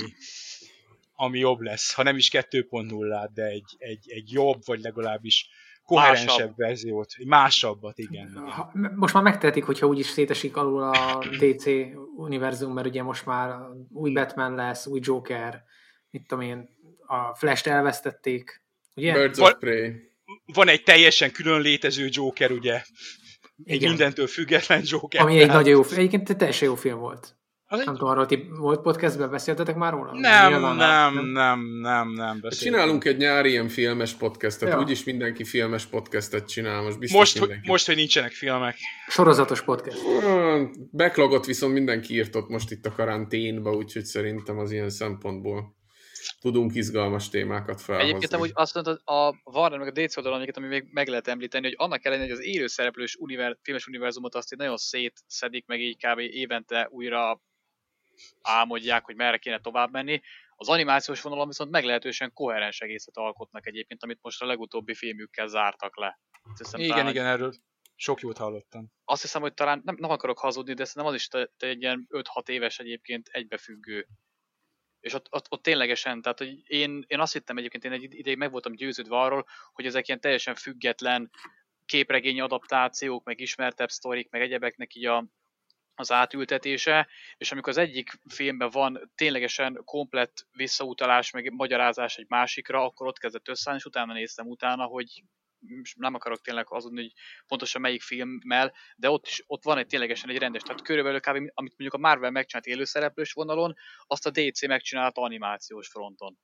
ami jobb lesz. Ha nem is kettő pont nullát, de egy, egy, egy jobb, vagy legalábbis koherensebb másabb verziót. Másabbat, igen. igen. Most már megtehetik, hogyha úgyis szétesik alul a dé cé univerzum, mert ugye most már új Batman lesz, új Joker, mit tudom én, a Flash-t elvesztették, ugye? Birds of Prey. Van egy teljesen külön létező Joker, ugye? Egy igen. mindentől független Joker. Ami egy nagyon jó film. Egyébként teljesen jó film volt. Az nem egy... tudom, arról ti volt podcastben, beszéltetek már róla? Nem, nem, nem, nem, nem, nem beszéltem. Csinálunk egy nyári ilyen filmes podcastet, ja. Úgyis mindenki filmes podcastet csinál. Most, biztos most, mindenki. most, hogy nincsenek filmek. Sorozatos podcast. Backlogot viszont mindenki írtott most itt a karanténba, úgyhogy szerintem az ilyen szempontból tudunk izgalmas témákat felhozni. Egyébként amúgy azt mondtad, a Warner meg a dé cé oldalon, ami még meg lehet említeni, hogy annak ellenére, hogy az élőszereplős univer, filmes univerzumot azt így nagyon szétszedik, meg így kb. Évente újra álmodják, hogy merre kéne tovább menni. Az animációs vonalon viszont meglehetősen koherens egészet alkotnak egyébként, amit most a legutóbbi filmükkel zártak le. Hiszem, igen, talán, igen, erről sok jót hallottam. Azt hiszem, hogy talán nem, nem akarok hazudni, de szerintem az is te, te egy ilyen öt-hat éves egyébként egybefüggő. És ott, ott, ott ténylegesen, tehát hogy én, én azt hittem egyébként, én egy ideig meg voltam győződve arról, hogy ezek ilyen teljesen független képregény adaptációk, meg ismertebb sztorik, meg egyebeknek így a, az átültetése, és amikor az egyik filmben van ténylegesen komplett visszautalás, meg magyarázás egy másikra, akkor ott kezdett összeállni, és utána néztem utána, hogy nem akarok tényleg azon, hogy pontosan melyik filmmel, de ott is ott van egy ténylegesen egy rendes, tehát körülbelül kb. Amit mondjuk a Marvel megcsinált élőszereplős vonalon, azt a dé cé megcsinálta animációs fronton.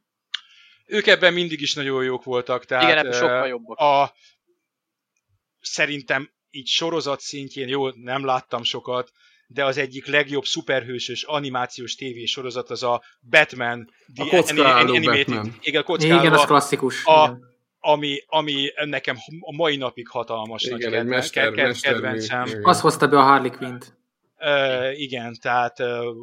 Ők ebben mindig is nagyon jók voltak, tehát igen, ebben sokkal jobbak. A, szerintem így sorozat szintjén, jó, nem láttam sokat, de az egyik legjobb szuperhősös animációs tévésorozat az a Batman, a kockáló Batman. Igen, kockáló, igen, az klasszikus. A, igen. Ami, ami nekem a mai napig hatalmas igen, nagy kedven, mester, ked, mester, kedvencem. igen. Az hozta be a Harley Quinn-t. Uh, igen, tehát uh,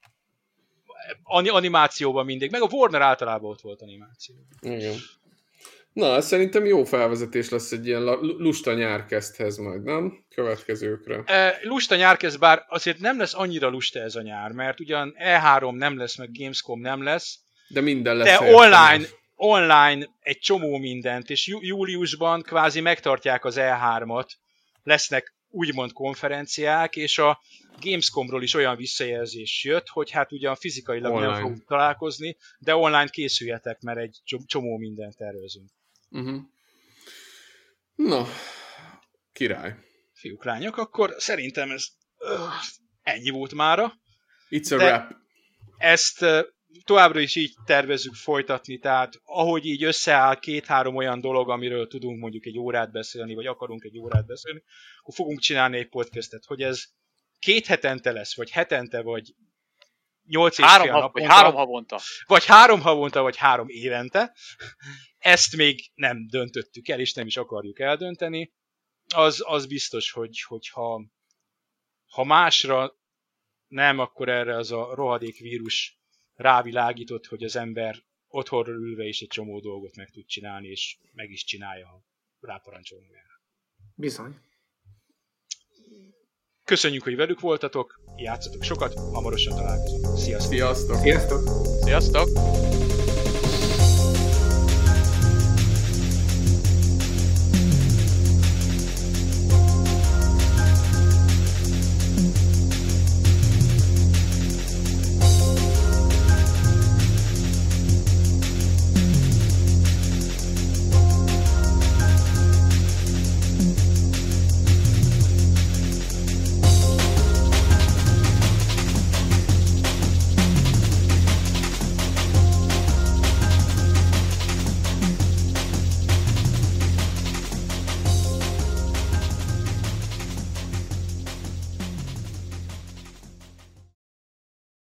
animációban mindig, meg a Warner általában ott volt animáció. Igen. Na, ez szerintem jó felvezetés lesz egy ilyen lusta nyárkezdhez majd, nem? Következőkre. Uh, lusta nyárkezd, bár azért nem lesz annyira lusta ez a nyár, mert ugyan E három nem lesz, meg Gamescom nem lesz. De minden lesz. De online... online egy csomó mindent, és jú- júliusban kvázi megtartják az E hármat, lesznek úgymond konferenciák, és a Gamescomról is olyan visszajelzés jött, hogy hát ugyan fizikailag online nem fogunk találkozni, de online készüljetek, mert egy csomó mindent tervezünk. Uh-huh. Na, király. Fiúk, lányok, akkor szerintem ez uh, ennyi volt mára. It's a wrap. Ezt uh, továbbra is így tervezzük folytatni, tehát ahogy így összeáll két-három olyan dolog, amiről tudunk mondjuk egy órát beszélni, vagy akarunk egy órát beszélni, akkor fogunk csinálni egy podcastet, hogy ez két hetente lesz, vagy hetente, vagy nyolc és három fél hav, naponta. Vagy három havonta. Vagy három havonta, vagy három évente. Ezt még nem döntöttük el, és nem is akarjuk eldönteni. Az, az biztos, hogy, hogy ha, ha másra nem, akkor erre az a rohadék vírus rávilágított, hogy az ember otthonról ülve is egy csomó dolgot meg tud csinálni, és meg is csinálja, ha ráparancsolunk erre. Bizony. Köszönjük, hogy velük voltatok, játszatok sokat, hamarosan találkozunk. Sziasztok! Sziasztok! Sziasztok! Sziasztok!